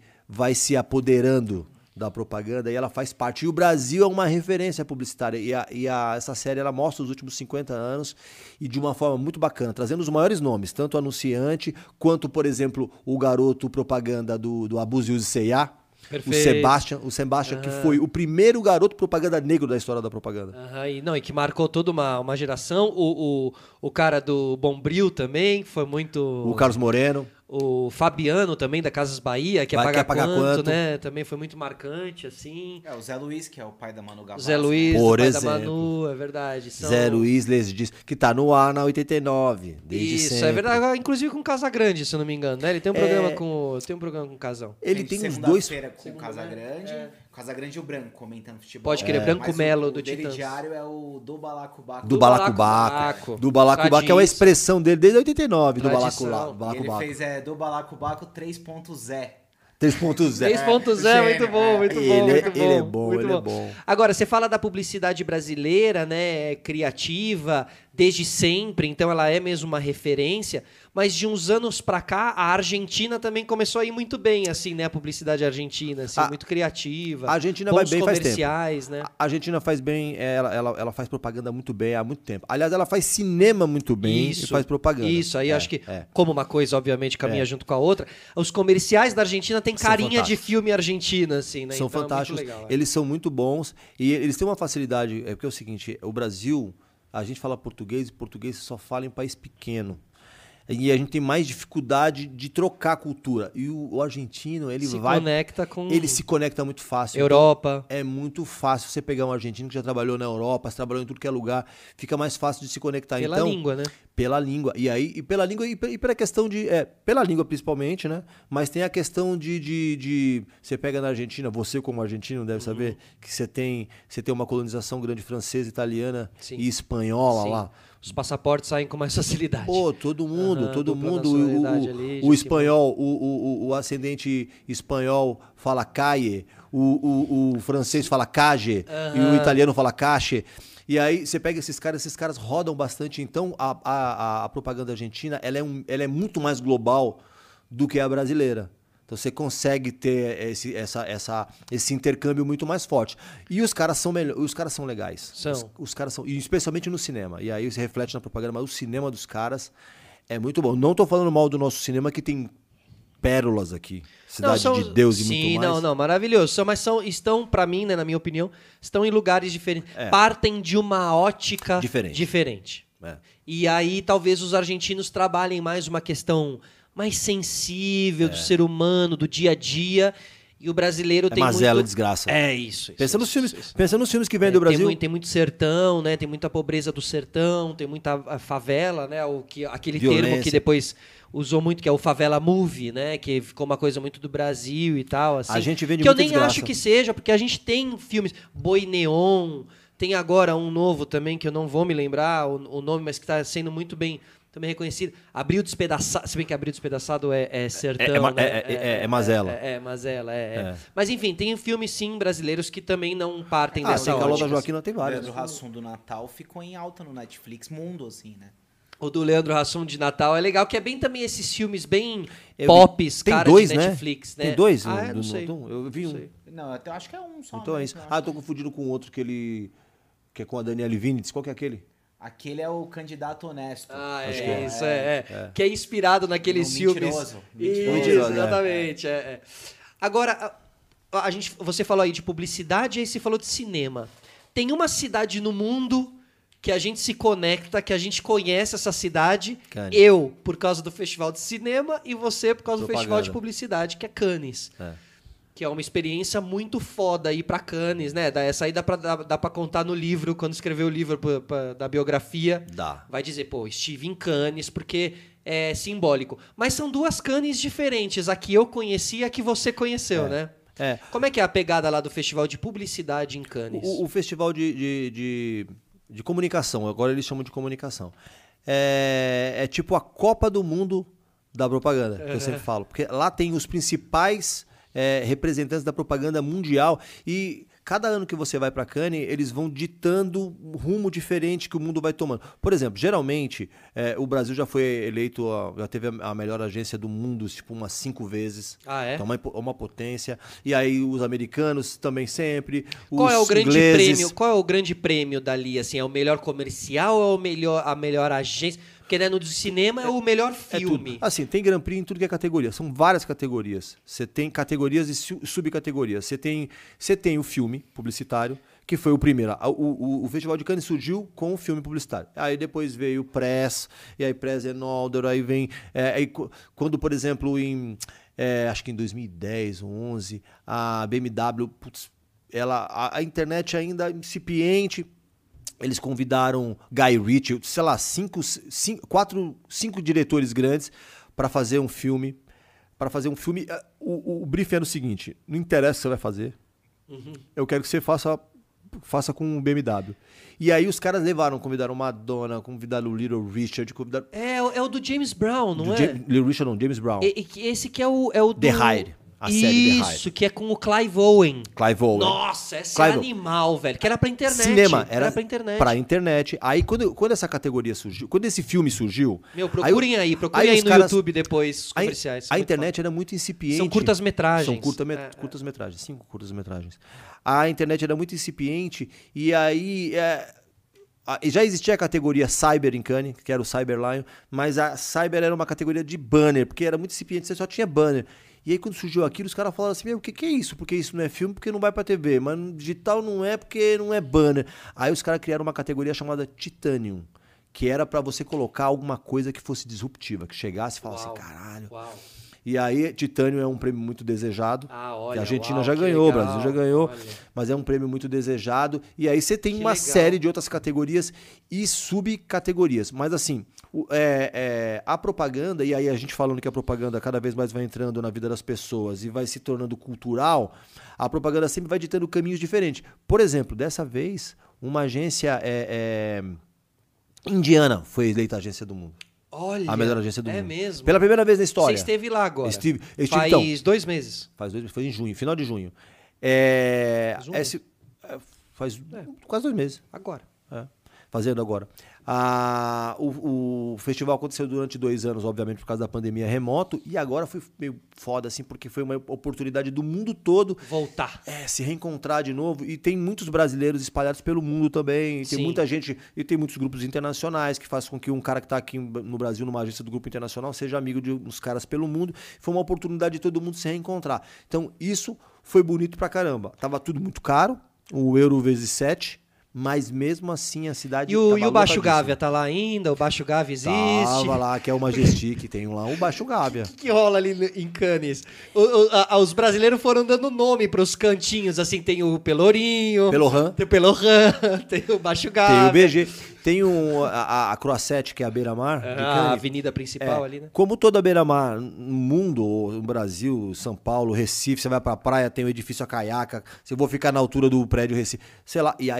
se apoderando da propaganda e ela faz parte. E o Brasil é uma referência publicitária. Essa série ela mostra os últimos 50 anos e de uma forma muito bacana, trazendo os maiores nomes, tanto o anunciante quanto, por exemplo, o garoto propaganda do Abuse Use C&A. Perfeito. O Sebastian, que foi o primeiro garoto propaganda negro da história da propaganda. Aham, e que marcou toda uma geração. O cara do Bombril também, foi muito... O Carlos Moreno. O Fabiano também, da Casas Bahia, que é Vai, Pagar Quer Pagar Quanto, Quanto. né? Também foi muito marcante, assim. O Zé Luiz, que é o pai da Manu O Gavassi. Zé Luiz, Por o pai exemplo. da Manu, é verdade. São... Zé Luiz Les diz que tá no ar na 89, desde Isso, sempre. é verdade. Inclusive com o Casagrande, se eu não me engano, né? Ele tem um programa com o Casão. Ele tem uns dois... Segunda-feira com o Casagrande. O Casagrande e o Branco comentando futebol. Pode crer, Branco Mas Melo o do dele Titãs. diário é o do Balacobaco. Do Balacobaco. Do Balacobaco, que é uma Tradição. expressão dele desde 89, do Tradição. Balacobaco. Ele fez do Balacobaco 3.0. 3.0. 3.0, muito bom, muito bom, muito bom. Ele é bom, muito ele é bom. Agora, você fala da publicidade brasileira, né, criativa, desde sempre, então ela é mesmo uma referência, mas de uns anos pra cá, a Argentina também começou a ir muito bem, assim, né, a publicidade argentina, assim, muito criativa. A Argentina bons vai bem faz tempo. comerciais, né? A Argentina faz bem, ela faz propaganda muito bem há muito tempo. Aliás, ela faz cinema muito bem e faz propaganda. Isso, aí acho que, é. como uma coisa, obviamente, caminha junto com a outra, os comerciais da Argentina têm São carinha de fantásticos. filme argentina, assim, né? São Então, é muito fantásticos, legal, eles são muito bons e eles têm uma facilidade, porque é o seguinte, o Brasil, a gente fala português e português só fala em país pequeno. E a gente tem mais dificuldade de trocar a cultura. E o argentino, ele conecta com ele se conecta muito fácil. Europa. Então, é muito fácil você pegar um argentino que já trabalhou na Europa, você trabalhou em tudo que é lugar, fica mais fácil de se conectar. Pela então, língua, né? Pela língua. E pela língua e pela questão de... pela língua principalmente, né? Mas tem a questão de você pega na Argentina, você como argentino deve saber, que você tem uma colonização grande francesa, italiana e espanhola lá. Os passaportes saem com mais facilidade. Pô, todo mundo. O espanhol, o ascendente espanhol fala calle, o francês fala cage, e o italiano fala cache. E aí você pega esses caras rodam bastante. Então a propaganda argentina ela é muito mais global do que a brasileira. Então você consegue ter esse intercâmbio muito mais forte. E os caras são legais. Os caras são, e especialmente no cinema. E aí se reflete na propaganda, mas o cinema dos caras é muito bom. Não tô falando mal do nosso cinema, que tem pérolas aqui. Cidade de Deus e muito mais. Não, maravilhoso. Mas estão, pra mim, né, na minha opinião, estão em lugares diferentes. Partem de uma ótica diferente. E aí talvez os argentinos trabalhem mais uma questão mais sensível do ser humano, do dia a dia, e o brasileiro tem mazela, muito... desgraça. Pensa nos filmes que vêm do Brasil. Tem muito sertão, né? Tem muita pobreza do sertão, tem muita favela, né? Aquele termo que depois usou muito, que é o favela movie, né? Que ficou uma coisa muito do Brasil e tal, assim. A gente vende que eu muita nem desgraça. acho que seja, porque a gente tem filmes, Boi Neon, tem agora um novo também, que eu não vou me lembrar o nome, mas que está sendo muito bem também reconhecido. Abril Despedaçado, se bem que Abril Despedaçado é sertão, é mazela. Mazela, Mas enfim, tem filmes sim brasileiros que também não partem dessa Calor da ótica. Joaquina tem vários. Pedro Hassum do Natal ficou em alta no Netflix mundo, assim, né? O do Leandro Hassum de Natal é legal, que é bem também esses filmes bem Eu pops, Tem cara dois, de né? Netflix, né? Tem dois? Ah, no- não sei. Eu vi Não um. sei. Não, eu acho que é um só. Então é mesmo, isso. eu Ah, acho. eu tô confundindo com outro que é com a Daniele Vinitz. Qual que é aquele? Aquele é o Candidato Honesto. Ah, Acho que é isso, é. Que é inspirado naqueles No filmes. Mentiroso. Isso, Mentiroso, é. exatamente. É. Agora, você falou aí de publicidade e aí você falou de cinema. Tem uma cidade no mundo que a gente se conecta, que a gente conhece essa cidade. Cannes. Eu, por causa do festival de cinema, e você, por causa do festival de Propaganda. publicidade, que é Cannes. É. Que é uma experiência muito foda ir pra Cannes, né? Essa aí dá pra contar no livro, quando escrever o livro da biografia. Dá. Vai dizer, pô, estive em Cannes, porque é simbólico. Mas são duas Cannes diferentes. A que eu conheci e a que você conheceu, né? É. Como é que é a pegada lá do festival de publicidade em Cannes? O festival de comunicação, agora eles chamam de comunicação. É tipo a Copa do Mundo da propaganda, que eu sempre falo. Porque lá tem os principais representantes da propaganda mundial e cada ano que você vai para Cannes, eles vão ditando um rumo diferente que o mundo vai tomando. Por exemplo, geralmente, o Brasil já foi eleito, já teve a melhor agência do mundo, tipo, umas 5 vezes. Ah, é? Então, uma potência. E aí os americanos também sempre. Qual é o os grande ingleses. prêmio? Qual é o grande prêmio dali? Assim, é o melhor comercial ou a melhor agência? Porque né, no do cinema é o melhor É tudo. filme. Assim, tem Grand Prix em tudo que é categoria. São várias categorias. Você tem categorias e subcategorias. Você tem o filme publicitário, que foi o primeiro. O Festival de Cannes surgiu com o filme publicitário. Aí depois veio o Press, e aí Press and Older, aí vem... quando, por exemplo, acho que em 2010 ou 11, a BMW, a internet ainda incipiente... Eles convidaram Guy Ritchie, sei lá, 5 diretores grandes para fazer um filme. O brief era o seguinte: não interessa o que você vai fazer. Eu quero que você faça com o BMW. E aí os caras convidaram Madonna, convidaram o Little Richard, convidaram... É o do James Brown, não é? Little Richard não, James Brown. Esse que é o do... The Hide. A série The Hide. Isso, que é com o Clive Owen. Clive Owen. Nossa, essa Clive é animal, velho. Que era pra internet. Cinema, era pra internet. Pra internet. Aí quando essa categoria surgiu, quando esse filme surgiu... Meu, procurem aí os no caras- YouTube depois os comerciais. A internet era muito incipiente. São curtas-metragens. São curtas-metragens, 5 curtas-metragens. A internet era muito incipiente e aí... já existia a categoria Cyber em Cannes, que era o Cyber Lion, mas a Cyber era uma categoria de banner, porque era muito incipiente, você só tinha banner. E aí quando surgiu aquilo, os caras falaram assim, meu, o que é isso? Porque isso não é filme, porque não vai pra TV. Mas no digital não é, porque não é banner. Aí os caras criaram uma categoria chamada Titanium, que era pra você colocar alguma coisa que fosse disruptiva, que chegasse e falasse, Uau. caralho. Uau. E aí, Titanium é um prêmio muito desejado. Ah, olha, Que a Argentina uau, já que ganhou, o legal. Brasil já ganhou, Olha. mas é um prêmio muito desejado. E aí você tem Que uma legal. série de outras categorias e subcategorias. Mas assim, a propaganda, e aí a gente falando que a propaganda cada vez mais vai entrando na vida das pessoas e vai se tornando cultural, a propaganda sempre vai ditando caminhos diferentes. Por exemplo, dessa vez, uma agência indiana foi eleita a agência do mundo. Olha, A melhor agência do mundo. É mesmo. Pela primeira vez na história. Você esteve lá agora. Estive, Faz então, 2 meses. foi em junho, final de junho. Faz um mês. Faz quase 2 meses. Agora. Fazendo agora. O festival aconteceu durante 2 anos, obviamente, por causa da pandemia remoto, e agora foi meio foda, assim, porque foi uma oportunidade do mundo todo Voltar. se reencontrar de novo. E tem muitos brasileiros espalhados pelo mundo também. Tem Sim. muita gente, e tem muitos grupos internacionais que fazem com que um cara que está aqui no Brasil, numa agência do grupo internacional, seja amigo de uns caras pelo mundo. Foi uma oportunidade de todo mundo se reencontrar. Então, isso foi bonito pra caramba. Tava tudo muito caro, o euro vezes 7. Mas mesmo assim a cidade... E o tava Baixo lotadíssima. Gávea tá lá ainda? O Baixo Gávea existe? Tava lá, que é o Majestic, tem lá o Baixo Gávea. O que rola ali em Cannes? Os brasileiros foram dando nome pros cantinhos, assim, tem o Pelourinho, Pelohan. tem o Pelourin, tem o Baixo Gávea. Tem o BG. Tem a Croisette, que é a beira-mar. de A Cannes. avenida principal ali, né? Como toda beira-mar no mundo, no Brasil, São Paulo, Recife, você vai pra praia, tem o edifício a caiaca, se eu vou ficar na altura do prédio Recife, sei lá. E aí tem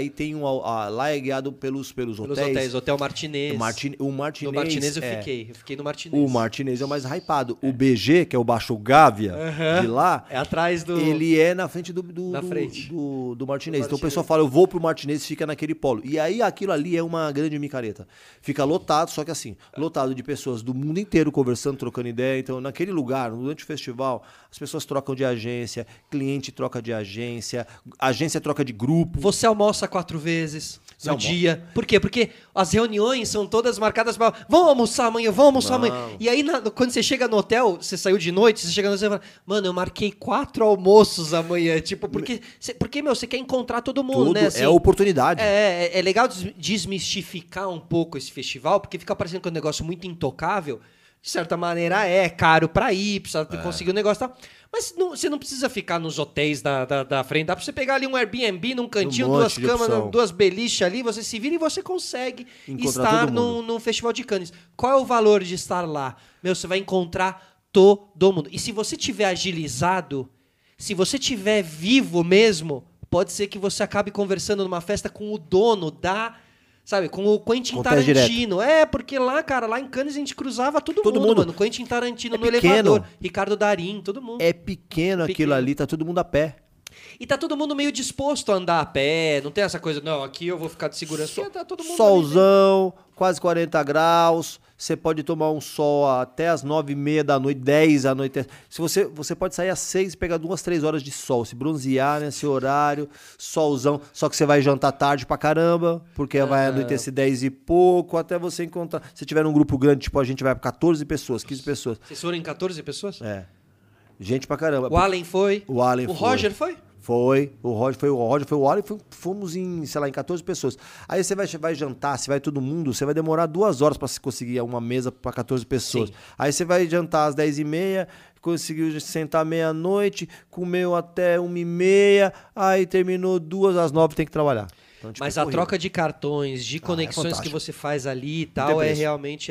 lá é guiado pelos Pelos hotéis. hotéis, Hotel Martinez. O Martinez, No Martinez eu fiquei no Martinez. O Martinez é o mais hypado. O BG, que é o Baixo Gávea de lá, É atrás do... ele é na frente do frente. do Martinez. Então o pessoal fala, eu vou pro Martinez, fica naquele polo. E aí aquilo ali é uma grande micareta. Fica lotado, só que assim, lotado de pessoas do mundo inteiro conversando, trocando ideia. Então naquele lugar, durante o festival, as pessoas trocam de agência, cliente troca de agência troca de grupo. Você almoça 4 vezes no Não, dia. Por quê? Porque as reuniões são todas marcadas para... Vamos almoçar amanhã, vamos almoçar amanhã. E aí, quando você chega no hotel, você saiu de noite, você chega no hotel e fala, mano, eu marquei 4 almoços amanhã. Tipo, porque você quer encontrar todo mundo, né? Assim, é oportunidade. É legal desmistificar um pouco esse festival, porque fica parecendo que é um negócio muito intocável. De certa maneira é caro pra ir, precisa conseguir o negócio e tal. Mas você não precisa ficar nos hotéis da frente. Dá pra você pegar ali um Airbnb num cantinho, 2 camas, 2 beliches ali, você se vira e você consegue estar no Festival de Cannes. Qual é o valor de estar lá? Você vai encontrar todo mundo. E se você tiver agilizado, se você tiver vivo mesmo, pode ser que você acabe conversando numa festa com o dono sabe, com o Quentin Tarantino. Porque lá, cara, lá em Cannes a gente cruzava todo mundo, mano. Quentin Tarantino no elevador, Ricardo Darín, todo mundo. É pequeno aquilo ali, tá todo mundo a pé. E tá todo mundo meio disposto a andar a pé, não tem essa coisa, não, aqui eu vou ficar de segurança. Tá todo mundo solzão, quase 40 graus, você pode tomar um sol até as 9h30 da noite, 10 da noite. Se você pode sair às 6 e pegar 2, 3 horas de sol, se bronzear nesse horário, solzão, só que você vai jantar tarde pra caramba, porque vai anoitecer 10 e pouco, até você encontrar. Se tiver um grupo grande, tipo, a gente vai pra 14 pessoas, 15 pessoas. Vocês foram em 14 pessoas? É. Gente pra caramba. O Allen foi? O Allen foi. O Roger foi? Foi, o Roger foi o Allen, fomos em, sei lá, em 14 pessoas. Aí você vai jantar, se vai todo mundo, você vai demorar 2 horas pra conseguir uma mesa pra 14 pessoas. Sim. Aí você vai jantar às 10h30, conseguiu sentar meia-noite, comeu até 1h30, aí terminou 2 às 9 tem que trabalhar. Então, tipo, mas a troca de cartões, de conexões que você faz ali e tal, realmente...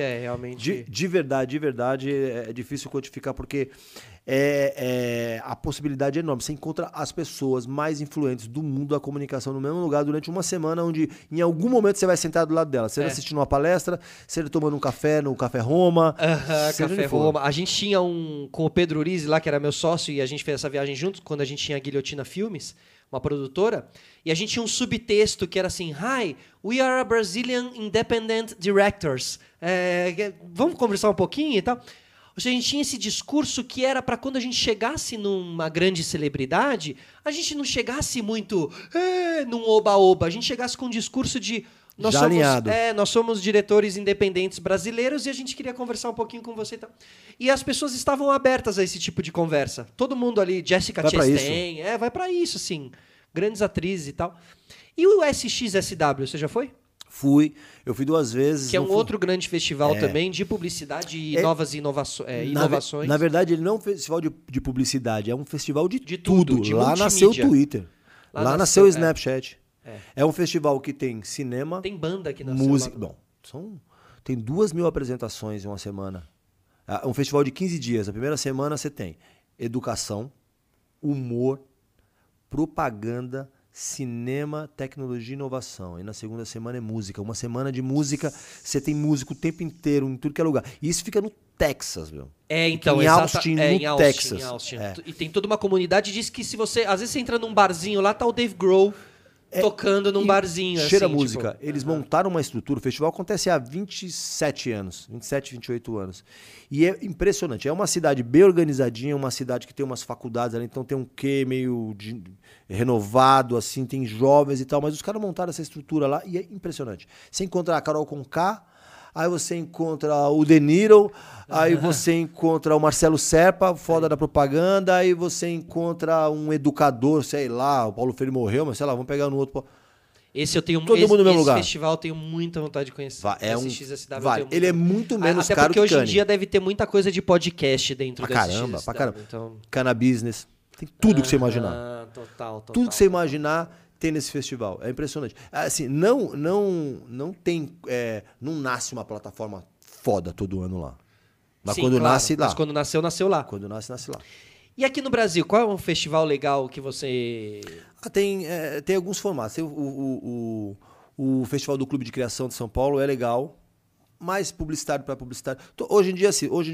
De verdade, é difícil quantificar, porque a possibilidade é enorme. Você encontra as pessoas mais influentes do mundo da comunicação no mesmo lugar durante uma semana, onde em algum momento você vai sentar do lado dela. Seja assistindo uma palestra, seja tomando um café no Café Roma. Café Roma. A gente tinha com o Pedro Urize lá, que era meu sócio, e a gente fez essa viagem juntos, quando a gente tinha a Guilhotina Filmes, uma produtora, e a gente tinha um subtexto que era assim, Hi, we are a Brazilian independent directors. Vamos conversar um pouquinho e tal? Ou seja, a gente tinha esse discurso que era para quando a gente chegasse numa grande celebridade, a gente não chegasse muito num oba-oba, a gente chegasse com um discurso de nós somos diretores independentes brasileiros e a gente queria conversar um pouquinho com você e tal. E as pessoas estavam abertas a esse tipo de conversa. Todo mundo ali, Jessica Chastain, vai para isso, assim, grandes atrizes e tal. E o SXSW, você já foi? Fui, eu fui 2 vezes. Que é um outro grande festival também de publicidade e novas inovações. Na verdade, ele não é um festival de publicidade, é um festival de tudo. De lá nasceu o Twitter, lá nasceu o Snapchat. É um festival que tem cinema, tem banda que nasceu música. Bom, tem 2.000 apresentações em uma semana. É um festival de 15 dias. A primeira semana você tem educação, humor, propaganda, cinema, tecnologia e inovação. E na segunda semana é música. Uma semana de música, você tem músico o tempo inteiro, em tudo que é lugar. E isso fica no Texas, meu. Então, em Austin, Texas. E tem toda uma comunidade que diz que se você... Às vezes você entra num barzinho lá, tá o Dave Grohl tocando num barzinho. Cheira assim, música. Tipo, eles montaram uma estrutura. O festival acontece há 27 anos. 27, 28 anos. E é impressionante. É uma cidade bem organizadinha, uma cidade que tem umas faculdades ali, então tem um quê meio renovado, assim, tem jovens e tal, mas os caras montaram essa estrutura lá e é impressionante. Você encontra a Carol Conká, aí você encontra o De Niro, aí você encontra o Marcelo Serpa, foda da propaganda, aí você encontra um educador, sei lá, o Paulo Freire morreu, mas sei lá, vamos pegar no outro... Esse eu tenho Todo mundo no mesmo lugar. Festival eu tenho muita vontade de conhecer. Ele é muito menos até caro porque hoje em dia deve ter muita coisa de podcast dentro pra caramba. Então... Canabusiness. Tem tudo que você imaginar. Total. Tudo que você imaginar tem nesse festival. É impressionante. Assim, não tem... não nasce uma plataforma foda todo ano lá. Mas quando nasce lá. Mas quando nasceu lá. Quando nasce lá. E aqui no Brasil, qual é um festival legal que você... Tem alguns formatos. O Festival do Clube de Criação de São Paulo é legal, mais publicitário para publicitário. Hoje em dia,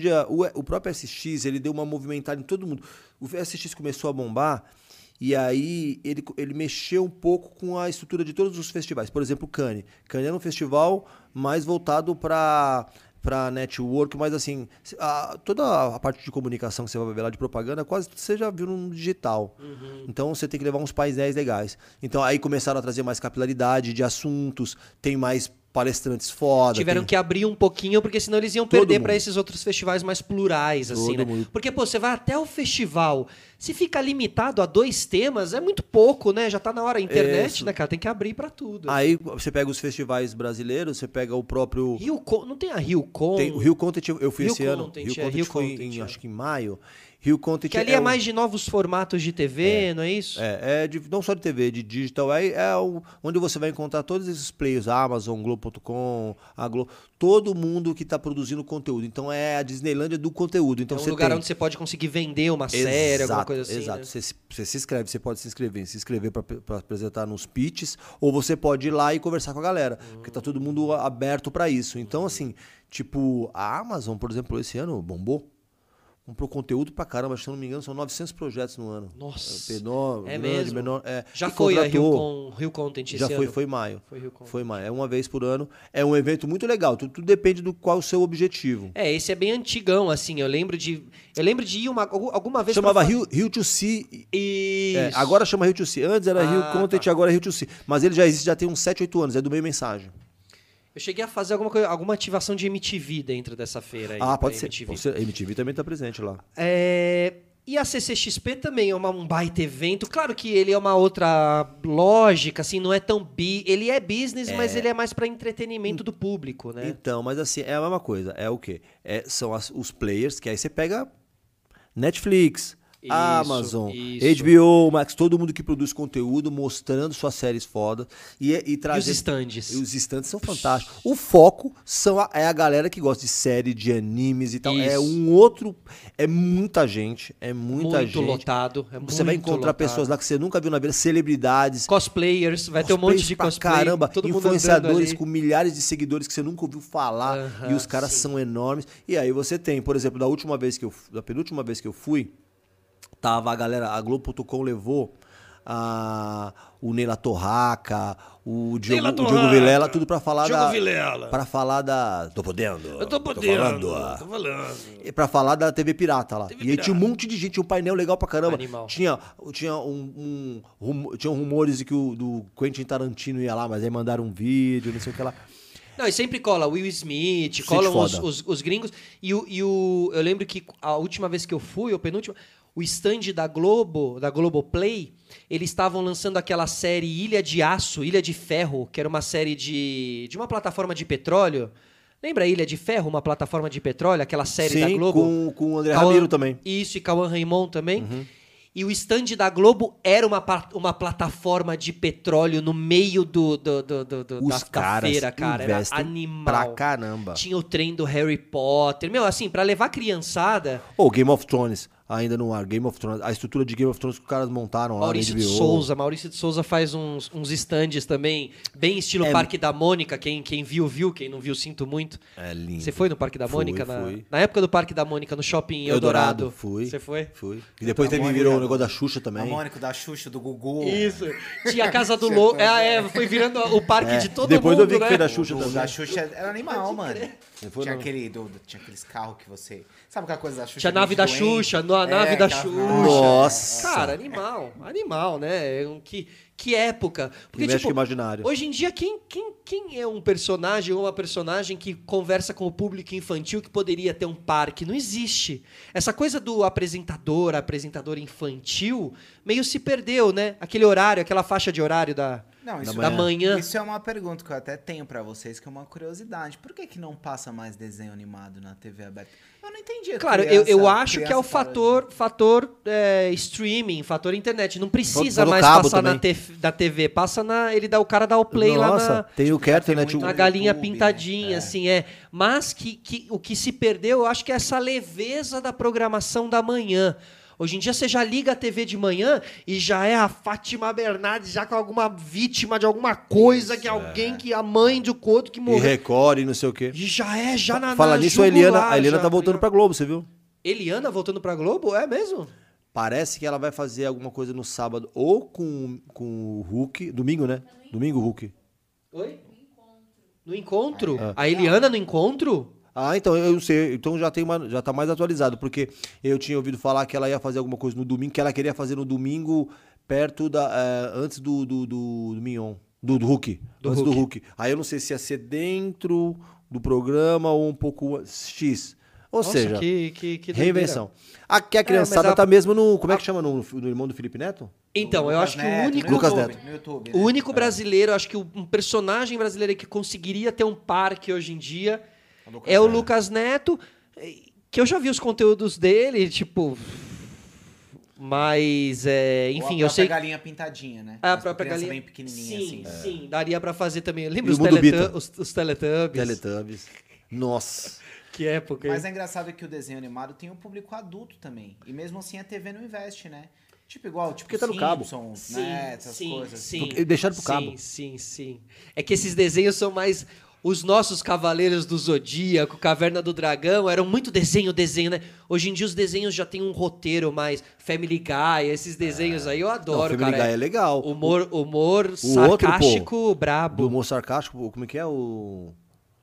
o próprio SX, ele deu uma movimentada em todo mundo. O SX começou a bombar e aí ele mexeu um pouco com a estrutura de todos os festivais. Por exemplo, o Cannes. Cannes era um festival mais voltado para network, mas assim, toda a parte de comunicação que você vai ver lá de propaganda, quase você já viu no digital. Então você tem que levar uns painéis legais. Então aí começaram a trazer mais capilaridade de assuntos, tem mais palestrantes foda. Tiveram que abrir um pouquinho, porque senão eles iam perder para esses outros festivais mais plurais, assim, né? Porque, pô, você vai até o festival, se fica limitado a 2 temas, é muito pouco, né? Já tá na hora, a internet, né, cara? Tem que abrir para tudo. Aí você pega os festivais brasileiros, você pega o próprio... Não tem a RioCon? Tem o Rio Content, eu fui esse ano. Rio Content acho que em maio. Rio Content que ali é mais de novos formatos de TV, não é isso? Não só de TV, de digital. Onde você vai encontrar todos esses players, Amazon, Globo.com, a Globo, todo mundo que está produzindo conteúdo. Então é a Disneylândia do conteúdo. Então, é um lugar onde você pode conseguir vender uma série, alguma coisa assim. Exato. Né? Você se inscreve, você pode se inscrever para apresentar nos pitches, ou você pode ir lá e conversar com a galera, porque tá todo mundo aberto para isso. Então, assim, tipo, a Amazon, por exemplo, esse ano bombou. Comprou conteúdo pra caramba, se eu não me engano, são 900 projetos no ano. Nossa, Menor. Já foi a Rio Content esse ano? Foi maio. Foi maio. É uma vez por ano. É um evento muito legal. Tudo depende do qual o seu objetivo. Esse é bem antigão, assim. Eu lembro de ir alguma vez... Chamava Rio to See. Isso. Agora chama Rio to See. Antes era Rio Content, agora é Rio to See. Mas ele já existe, já tem uns 7, 8 anos. É do Meio Mensagem. Eu cheguei a fazer alguma ativação de MTV dentro dessa feira aí. Pode ser. MTV também tá presente lá. E a CCXP também é um baita evento. Claro que ele é uma outra lógica, assim, não é tão... Ele é business, mas ele é mais para entretenimento do público, né? Então, mas assim, é a mesma coisa. É o quê? São os players, que aí você pega Netflix... Amazon, HBO, Max, todo mundo que produz conteúdo mostrando suas séries fodas e trazendo... E os stands. Os stands são fantásticos. O foco é a galera que gosta de série, de animes e tal. Isso. É muita gente. É muita gente. Lotado. Você vai encontrar pessoas lá que você nunca viu na vida, celebridades. Cosplayers, vai ter um monte de cosplay. Caramba, todo influenciadores com milhares de seguidores que você nunca ouviu falar. E os caras são enormes. E aí você tem, por exemplo, da penúltima vez que eu fui, tava a galera, a Globo.com levou o Neila Torraca, o Diogo Vilela, tudo pra falar Tô podendo. Eu tô podendo. Pra falar da TV Pirata lá. E aí tinha um monte de gente, um painel legal pra caramba. Animal. Tinha rumores de que o do Quentin Tarantino ia lá, mas aí mandaram um vídeo, não sei o que lá. Não, e sempre cola Will Smith, colam os gringos. Eu lembro que a última vez que eu fui, ou penúltima, o stand da Globoplay, eles estavam lançando aquela série Ilha de Aço, Ilha de Ferro, que era uma série de uma plataforma de petróleo. Lembra Ilha de Ferro, uma plataforma de petróleo, aquela série da Globo? Com o André Ramiro também. Isso, e Cauã Raymond também. E o stand da Globo era uma plataforma de petróleo no meio da feira, cara. Era animal. Pra caramba. Tinha o trem do Harry Potter. Meu, assim, pra levar criançada... Game of Thrones, ainda no ar. Game of Thrones, a estrutura de Game of Thrones que os caras montaram lá. Maurício de Souza faz uns stands também, bem estilo Parque da Mônica. Quem viu. Quem não viu, sinto muito. É lindo. Você foi no Parque da Mônica? Fui. Na época do Parque da Mônica, no Shopping Eldorado. Fui. Você foi? Fui. E depois virou o negócio da Xuxa também. A Mônica, da Xuxa, do Gugu. Isso. Tinha a Casa do Louco. Foi virando o parque de todo depois mundo, eu vi que né? foi da Xuxa também. O da Xuxa era animal, mano. Tinha aqueles carros que você... Sabe aquela coisa da Xuxa? Tinha a nave da Xuxa, a nave da Xuxa. Nossa. Cara, animal, né? Que época. Porque, tipo, imaginário. Hoje em dia, quem é um personagem ou uma personagem que conversa com o público infantil que poderia ter um parque? Não existe. Essa coisa do apresentadora infantil meio se perdeu, né? Aquele horário, aquela faixa de horário da manhã. Isso é uma pergunta que eu até tenho pra vocês, que é uma curiosidade. Por que não passa mais desenho animado na TV aberta? Eu não entendi. Claro, eu acho que é o fator streaming, fator internet. Não precisa mais passar da TV. O cara dá o play lá na... tem o Cartoon, né? Na galinha pintadinha, assim, Mas o que se perdeu, eu acho que é essa leveza da programação da manhã. Hoje em dia você já liga a TV de manhã e já é a Fátima Bernardes, já com alguma vítima de alguma coisa, que alguém, que a mãe de outro que E morreu. Record e não sei o quê. E já é, já na Fala na nisso, a jugular, Eliana já, tá voltando pra Globo, você viu? Eliana voltando pra Globo? É mesmo? Parece que ela vai fazer alguma coisa no sábado, ou com o Hulk. Domingo, né? Domingo, Hulk. Oi? No encontro? Ah. A Eliana no encontro? Ah, então eu não sei. Então já tá mais atualizado, porque eu tinha ouvido falar que ela ia fazer alguma coisa no domingo, que ela queria fazer no domingo perto antes do Mignon. Do Hulk. Antes do Hulk. Aí eu não sei se ia ser dentro do programa ou um pouco X. Ou Nossa, seja, que reinvenção. Aqui a criançada tá mesmo no. Como é que chama? No irmão do Felipe Neto? Então, eu acho que o único. Lucas Neto. No YouTube, O né? único brasileiro, acho que um personagem brasileiro que conseguiria ter um parque hoje em dia é o Lucas Neto, que eu já vi os conteúdos dele, tipo. Mas, enfim, Ou eu a sei. própria galinha pintadinha, né? A Mas própria criança galinha. bem pequenininha, Sim, assim. sim, daria pra fazer também. Lembra E os, o Mundo Bita? os Teletubbies? Teletubbies. Nossa. Que época. Mas é engraçado que o desenho animado tem um público adulto também. E mesmo assim a TV não investe, né? Tipo igual, tipo Porque tá no cabo. Simpsons, né? Essas coisas. sim. Deixaram pro cabo. Sim. É que esses desenhos são mais... Os nossos Cavaleiros do Zodíaco, Caverna do Dragão, eram muito desenho, né? Hoje em dia os desenhos já tem um roteiro mais Family Guy, esses desenhos aí eu adoro, Family cara. Guy é legal. Humor outro, sarcástico, brabo. Do humor sarcástico, como é que é o...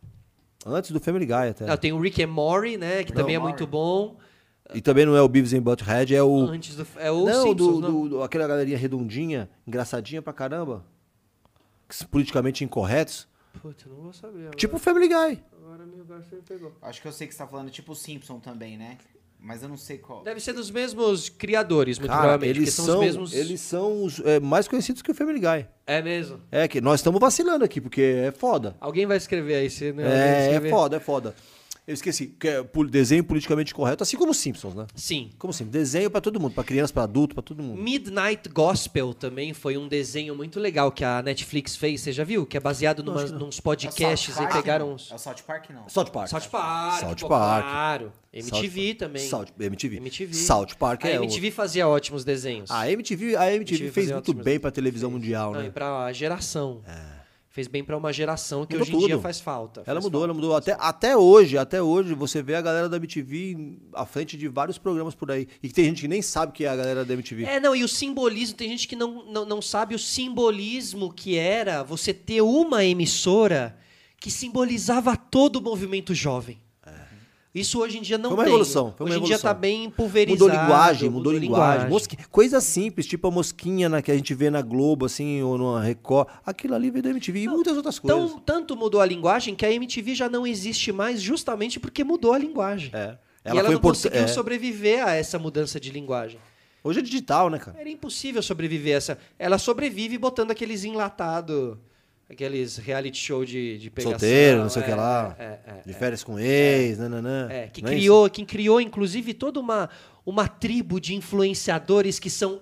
Antes do Family Guy até. Tem o Rick and Morty, né? Que também é muito bom. E também não é o Beavis and Butthead, é o... Antes do... É o Não, Simpsons, não? aquela galerinha redondinha, engraçadinha pra caramba. Politicamente incorretos. Puta, não vou saber. Agora, Tipo o Family Guy. agora você me pegou. Acho que eu sei que você tá falando tipo o Simpson também, né? Mas eu não sei qual. Deve ser dos mesmos criadores, muito Cara, provavelmente. eles porque são os mesmos... eles são os mais conhecidos que o Family Guy. É mesmo? É que nós estamos vacilando aqui, porque é foda. Alguém vai escrever aí, se não É foda. Eu esqueci, que é desenho politicamente correto, assim como os Simpsons, né? Sim. Como assim? Desenho pra todo mundo, pra criança, pra adulto, pra todo mundo. Midnight Gospel também foi um desenho muito legal que a Netflix fez, você já viu? Que é baseado nos podcasts e pegaram uns... É o South Park, não. South Park. South Park, South pô, Park. claro. MTV também. MTV. South Park A é MTV fazia ótimos desenhos. A MTV fez fazia muito ótimos bem pra televisão mundial, Não, né? e pra geração. Fez bem pra uma geração que Mudou hoje em dia tudo. faz falta. Ela faz mudou, falta. ela mudou. Até hoje, você vê a galera da MTV à frente de vários programas por aí. E que tem gente que nem sabe que é a galera da MTV. Não, e o simbolismo, tem gente que não sabe o simbolismo que era você ter uma emissora que simbolizava todo o movimento jovem. Isso hoje em dia não Foi uma tem. revolução, foi uma Hoje em dia revolução. tá bem pulverizado. Mudou linguagem. Coisa simples, tipo a mosquinha que a gente vê na Globo, assim, ou na Record. Aquilo ali veio da MTV e muitas outras coisas. Então, tanto mudou a linguagem que a MTV já não existe mais justamente porque mudou a linguagem. E ela não conseguiu sobreviver a essa mudança de linguagem. Hoje é digital, né, cara? Era impossível sobreviver a essa... Ela sobrevive botando aqueles enlatados, aqueles reality show de pegação. Solteiro, não sei o que lá. De férias com ex, nananã. Quem criou, inclusive, toda uma tribo de influenciadores que são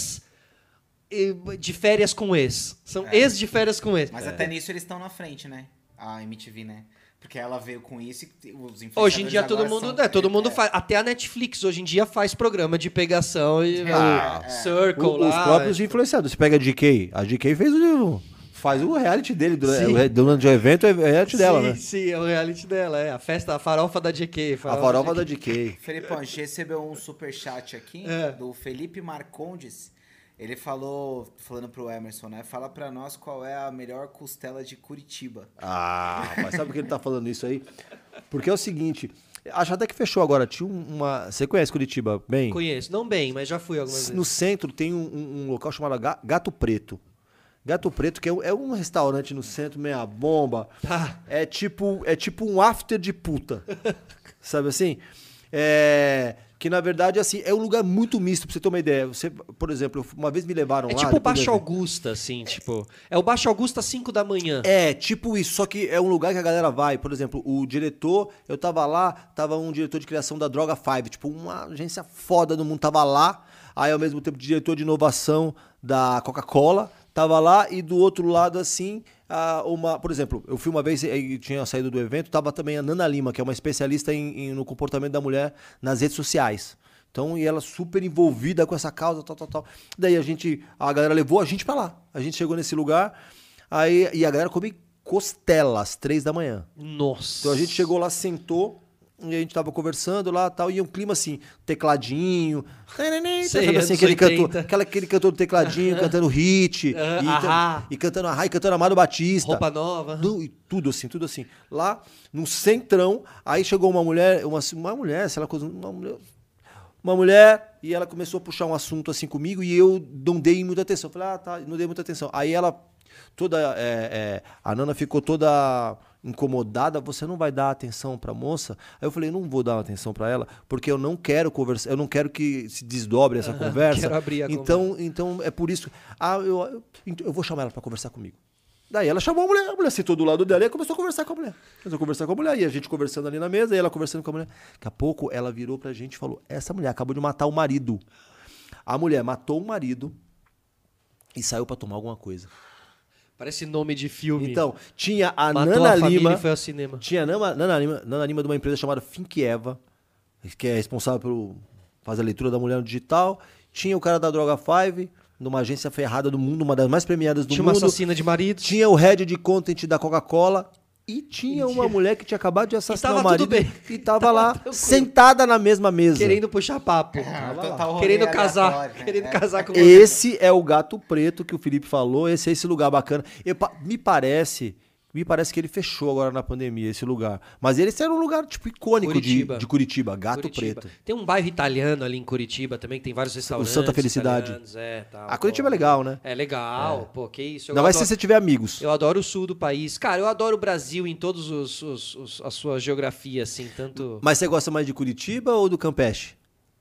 de férias com ex. São ex de férias com ex. Mas até nisso eles estão na frente, né? A MTV, né? Porque ela veio com isso e os influenciadores Hoje em dia todo agora mundo faz. Até a Netflix hoje em dia faz programa de pegação e Circle Os lá. próprios influenciadores. Você pega a GK. A GK faz o reality dele. Durante o evento, é o reality dela, né? Sim, é o reality dela. É a farofa da GK. A farofa da GK. Felipão, a gente recebeu um superchat aqui do Felipe Marcondes. Ele falando pro Emerson, né? Fala pra nós qual é a melhor costela de Curitiba. Mas sabe por que ele tá falando isso aí? Porque é o seguinte, acho até que fechou agora. Tinha Você conhece Curitiba bem? Conheço, não bem, mas já fui algumas vezes. No centro tem um local chamado Gato Preto. Gato Preto, que é um restaurante no centro, meia bomba. É tipo um after de puta. Sabe assim? Que na verdade assim, é um lugar muito misto, pra você ter uma ideia. Por exemplo, uma vez me levaram lá. É tipo o Baixo Augusta, assim, tipo. É o Baixo Augusta às 5 da manhã. É, tipo isso, só que é um lugar que a galera vai. Por exemplo, o diretor, eu tava lá, tava um diretor de criação da Droga 5, tipo, uma agência foda do mundo, tava lá. Aí, ao mesmo tempo, diretor de inovação da Coca-Cola, tava lá. E do outro lado, assim, por exemplo, eu fui uma vez, tinha saído do evento, tava também a Nana Lima, que é uma especialista no comportamento da mulher nas redes sociais. Então, e ela super envolvida com essa causa, tal. Daí a galera levou a gente pra lá. A gente chegou nesse lugar, aí, e a galera come costela às 3 da manhã. Nossa. Então a gente chegou lá, sentou, e a gente tava conversando lá tal, e um clima assim, tecladinho. Sei, sabe assim, anos 80. aquele cantor do tecladinho, cantando hit, e cantando Ahá, e cantando Amado Batista. Roupa nova. E tudo assim. Lá, no centrão, aí chegou uma mulher, uma mulher, e ela começou a puxar um assunto assim comigo, e eu não dei muita atenção. Falei, tá, não dei muita atenção. Aí ela, a Nana ficou toda incomodada, você não vai dar atenção pra moça? Aí eu falei, não vou dar atenção pra ela, porque eu não quero conversar, eu não quero que se desdobre essa conversa. Quero abrir a então é por isso. Eu vou chamar ela pra conversar comigo. Daí ela chamou a mulher sentou do lado dela e começou a conversar com a mulher. E a gente conversando ali na mesa, e ela conversando com a mulher. Daqui a pouco ela virou pra gente e falou, essa mulher acabou de matar o marido. A mulher matou o marido e saiu pra tomar alguma coisa. Parece nome de filme. Então, tinha a Matou Nana a família Lima. e foi ao cinema. Tinha a Nana Lima de uma empresa chamada Finkieva, que é responsável por fazer a leitura da mulher no digital. Tinha o cara da Droga 5, numa agência ferrada do mundo, uma das mais premiadas do mundo. Tinha uma assassina de maridos. Tinha o head de content da Coca-Cola. E tinha uma mulher que tinha acabado de assassinar o marido. E tava lá, sentada na mesma mesa. Querendo puxar papo. Querendo casar. Querendo casar com você. Esse é o gato preto que o Felipe falou. Esse é esse lugar bacana. Me parece que ele fechou agora na pandemia, esse lugar. Mas esse era um lugar, tipo, icônico de Curitiba. Gato Preto. Tem um bairro italiano ali em Curitiba também, que tem vários restaurantes. O Santa Felicidade. Tal, Curitiba é legal, né? É legal, pô, que isso. Não vai se você tiver amigos. Eu adoro o sul do país. Cara, eu adoro o Brasil em todas as suas geografias, assim, tanto... Mas você gosta mais de Curitiba ou do Campeche?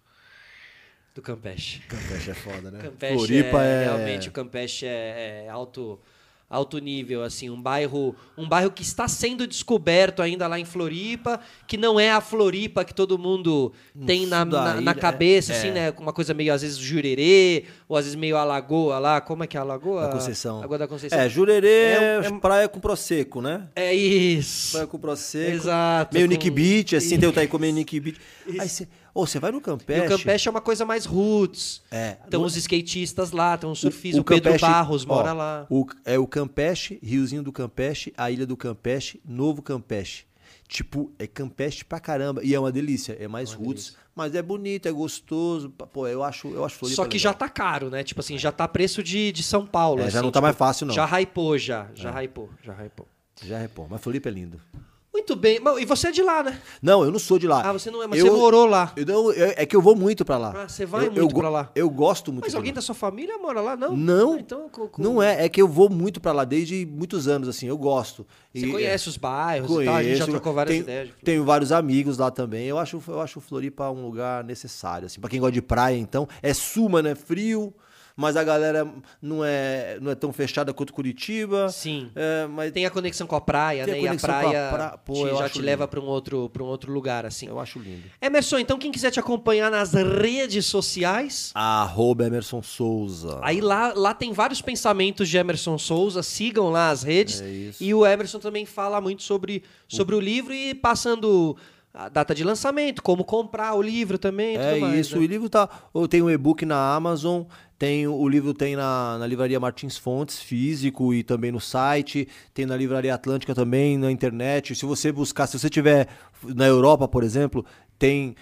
Do Campeche. Campeche é foda, né? Campeche Floripa realmente, o Campeche é alto nível, assim, um bairro que está sendo descoberto ainda lá em Floripa, que não é a Floripa que todo mundo tem na cabeça, assim, né? Com uma coisa meio, às vezes, Jurerê, ou às vezes meio Alagoa lá. Como é que é a Lagoa? Da Conceição. Lagoa da Conceição. Jurerê é praia com Prosecco, né? É isso. Praia com Prosecco. Exato. Meio Nick Beach, assim, tem o Taiko meio Nick Beach. Aí você vai no Campeche... E o Campeche é uma coisa mais roots. Estão os skatistas lá, estão os surfistas, o Pedro Campeche, Barros mora lá. O Campeche, Riozinho do Campeche, a Ilha do Campeche, Novo Campeche. Tipo, é Campeche pra caramba. E é uma delícia, é mais roots, mas é bonito, é gostoso. Pô, eu acho Floripa Só que legal. já tá caro, né? Tipo assim, já tá preço de São Paulo. Já assim, não tá mais fácil, não. Já hypou, já hypou. Já é, pô. Mas Floripa é lindo. Muito bem. E você é de lá, né? Não, eu não sou de lá. Ah, você não é, mas você morou lá. É que eu vou muito pra lá. Ah, você vai muito pra lá. Eu gosto muito. Mas alguém da sua família mora lá, não? Não. Então, não é. É que eu vou muito pra lá desde muitos anos, assim. Eu gosto. Você conhece os bairros e conheço, tal? A gente já trocou várias ideias. Tenho vários amigos lá também. Eu acho Floripa um lugar necessário, assim. Pra quem gosta de praia, então. É sul, mano, é frio. Mas a galera não é tão fechada quanto Curitiba. Sim. Mas tem a conexão com a praia, né? E a praia já te leva para um outro lugar, assim. Eu acho lindo. Emerson, então quem quiser te acompanhar nas redes sociais... @Emerson Souza. Aí lá tem vários pensamentos de Emerson Souza. Sigam lá as redes. É isso. E o Emerson também fala muito sobre o livro e passando... a data de lançamento, como comprar o livro também. Tudo mais, isso. Né? O livro tem um e-book na Amazon, o livro tem na livraria Martins Fontes, físico, e também no site, tem na livraria Atlântica também, na internet. Se você buscar, se você tiver na Europa, por exemplo, tem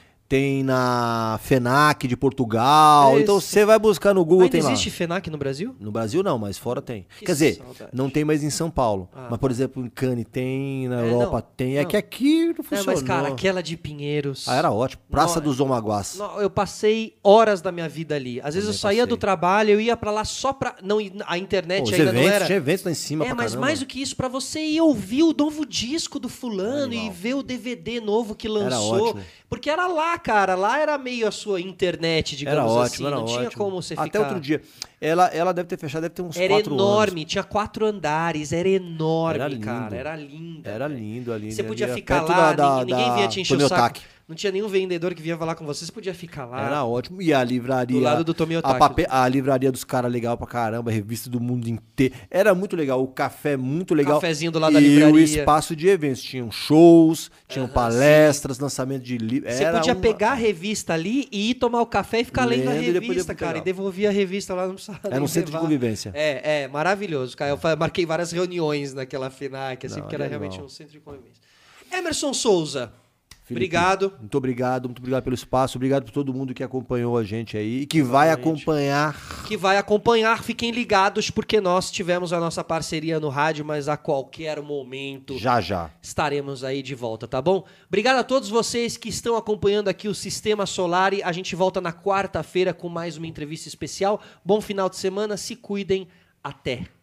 na FENAC de Portugal. Então você vai buscar no Google, tem lá. Existe FENAC no Brasil? No Brasil não, mas fora tem. Quer dizer, não tem mais em São Paulo. Mas, por exemplo, em Cannes tem, na Europa tem. É que aqui não funcionou. Mas, cara, aquela de Pinheiros... era ótimo. Praça dos Omaguás. Eu passei horas da minha vida ali. Às vezes eu saía do trabalho, eu ia pra lá só pra... Não, a internet ainda não era... Tinha eventos lá em cima pra mas caramba. mais do que isso, pra você ir ouvir o novo disco do fulano e ver o DVD novo que lançou. Era ótimo. Porque era lá, cara. Lá era meio a sua internet, digamos assim. Era não ótimo. tinha como você ficar... Até outro dia. Ela deve ter fechado, deve ter uns 4 anos. Era enorme, tinha 4 andares, era enorme, cara. Era lindo. Era lindo ali. Você podia ficar lá, ninguém vinha te encher o saco. não tinha nenhum vendedor que vinha falar com você, você podia ficar lá. Era ótimo. E a livraria... Do lado do Tomiotaki. A livraria dos caras legal pra caramba, a revista do mundo inteiro. Era muito legal, o café muito legal. Cafezinho do lado da livraria. E o espaço de eventos. Tinham shows, tinham palestras, lançamento de livros. Você podia pegar a revista ali e ir tomar o café e ficar lendo a revista, cara. E devolvia a revista lá, não precisava. Era um centro de convivência. Maravilhoso, cara. Eu marquei várias reuniões naquela FENAC, assim, porque era realmente um centro de convivência. Emerson Souza. Felipe, obrigado. Muito obrigado pelo espaço, obrigado por todo mundo que acompanhou a gente aí e que vai acompanhar. Fiquem ligados, porque nós tivemos a nossa parceria no rádio, mas a qualquer momento já estaremos aí de volta, tá bom? Obrigado a todos vocês que estão acompanhando aqui o Sistema Solar. A gente volta na quarta-feira com mais uma entrevista especial. Bom final de semana, se cuidem, até!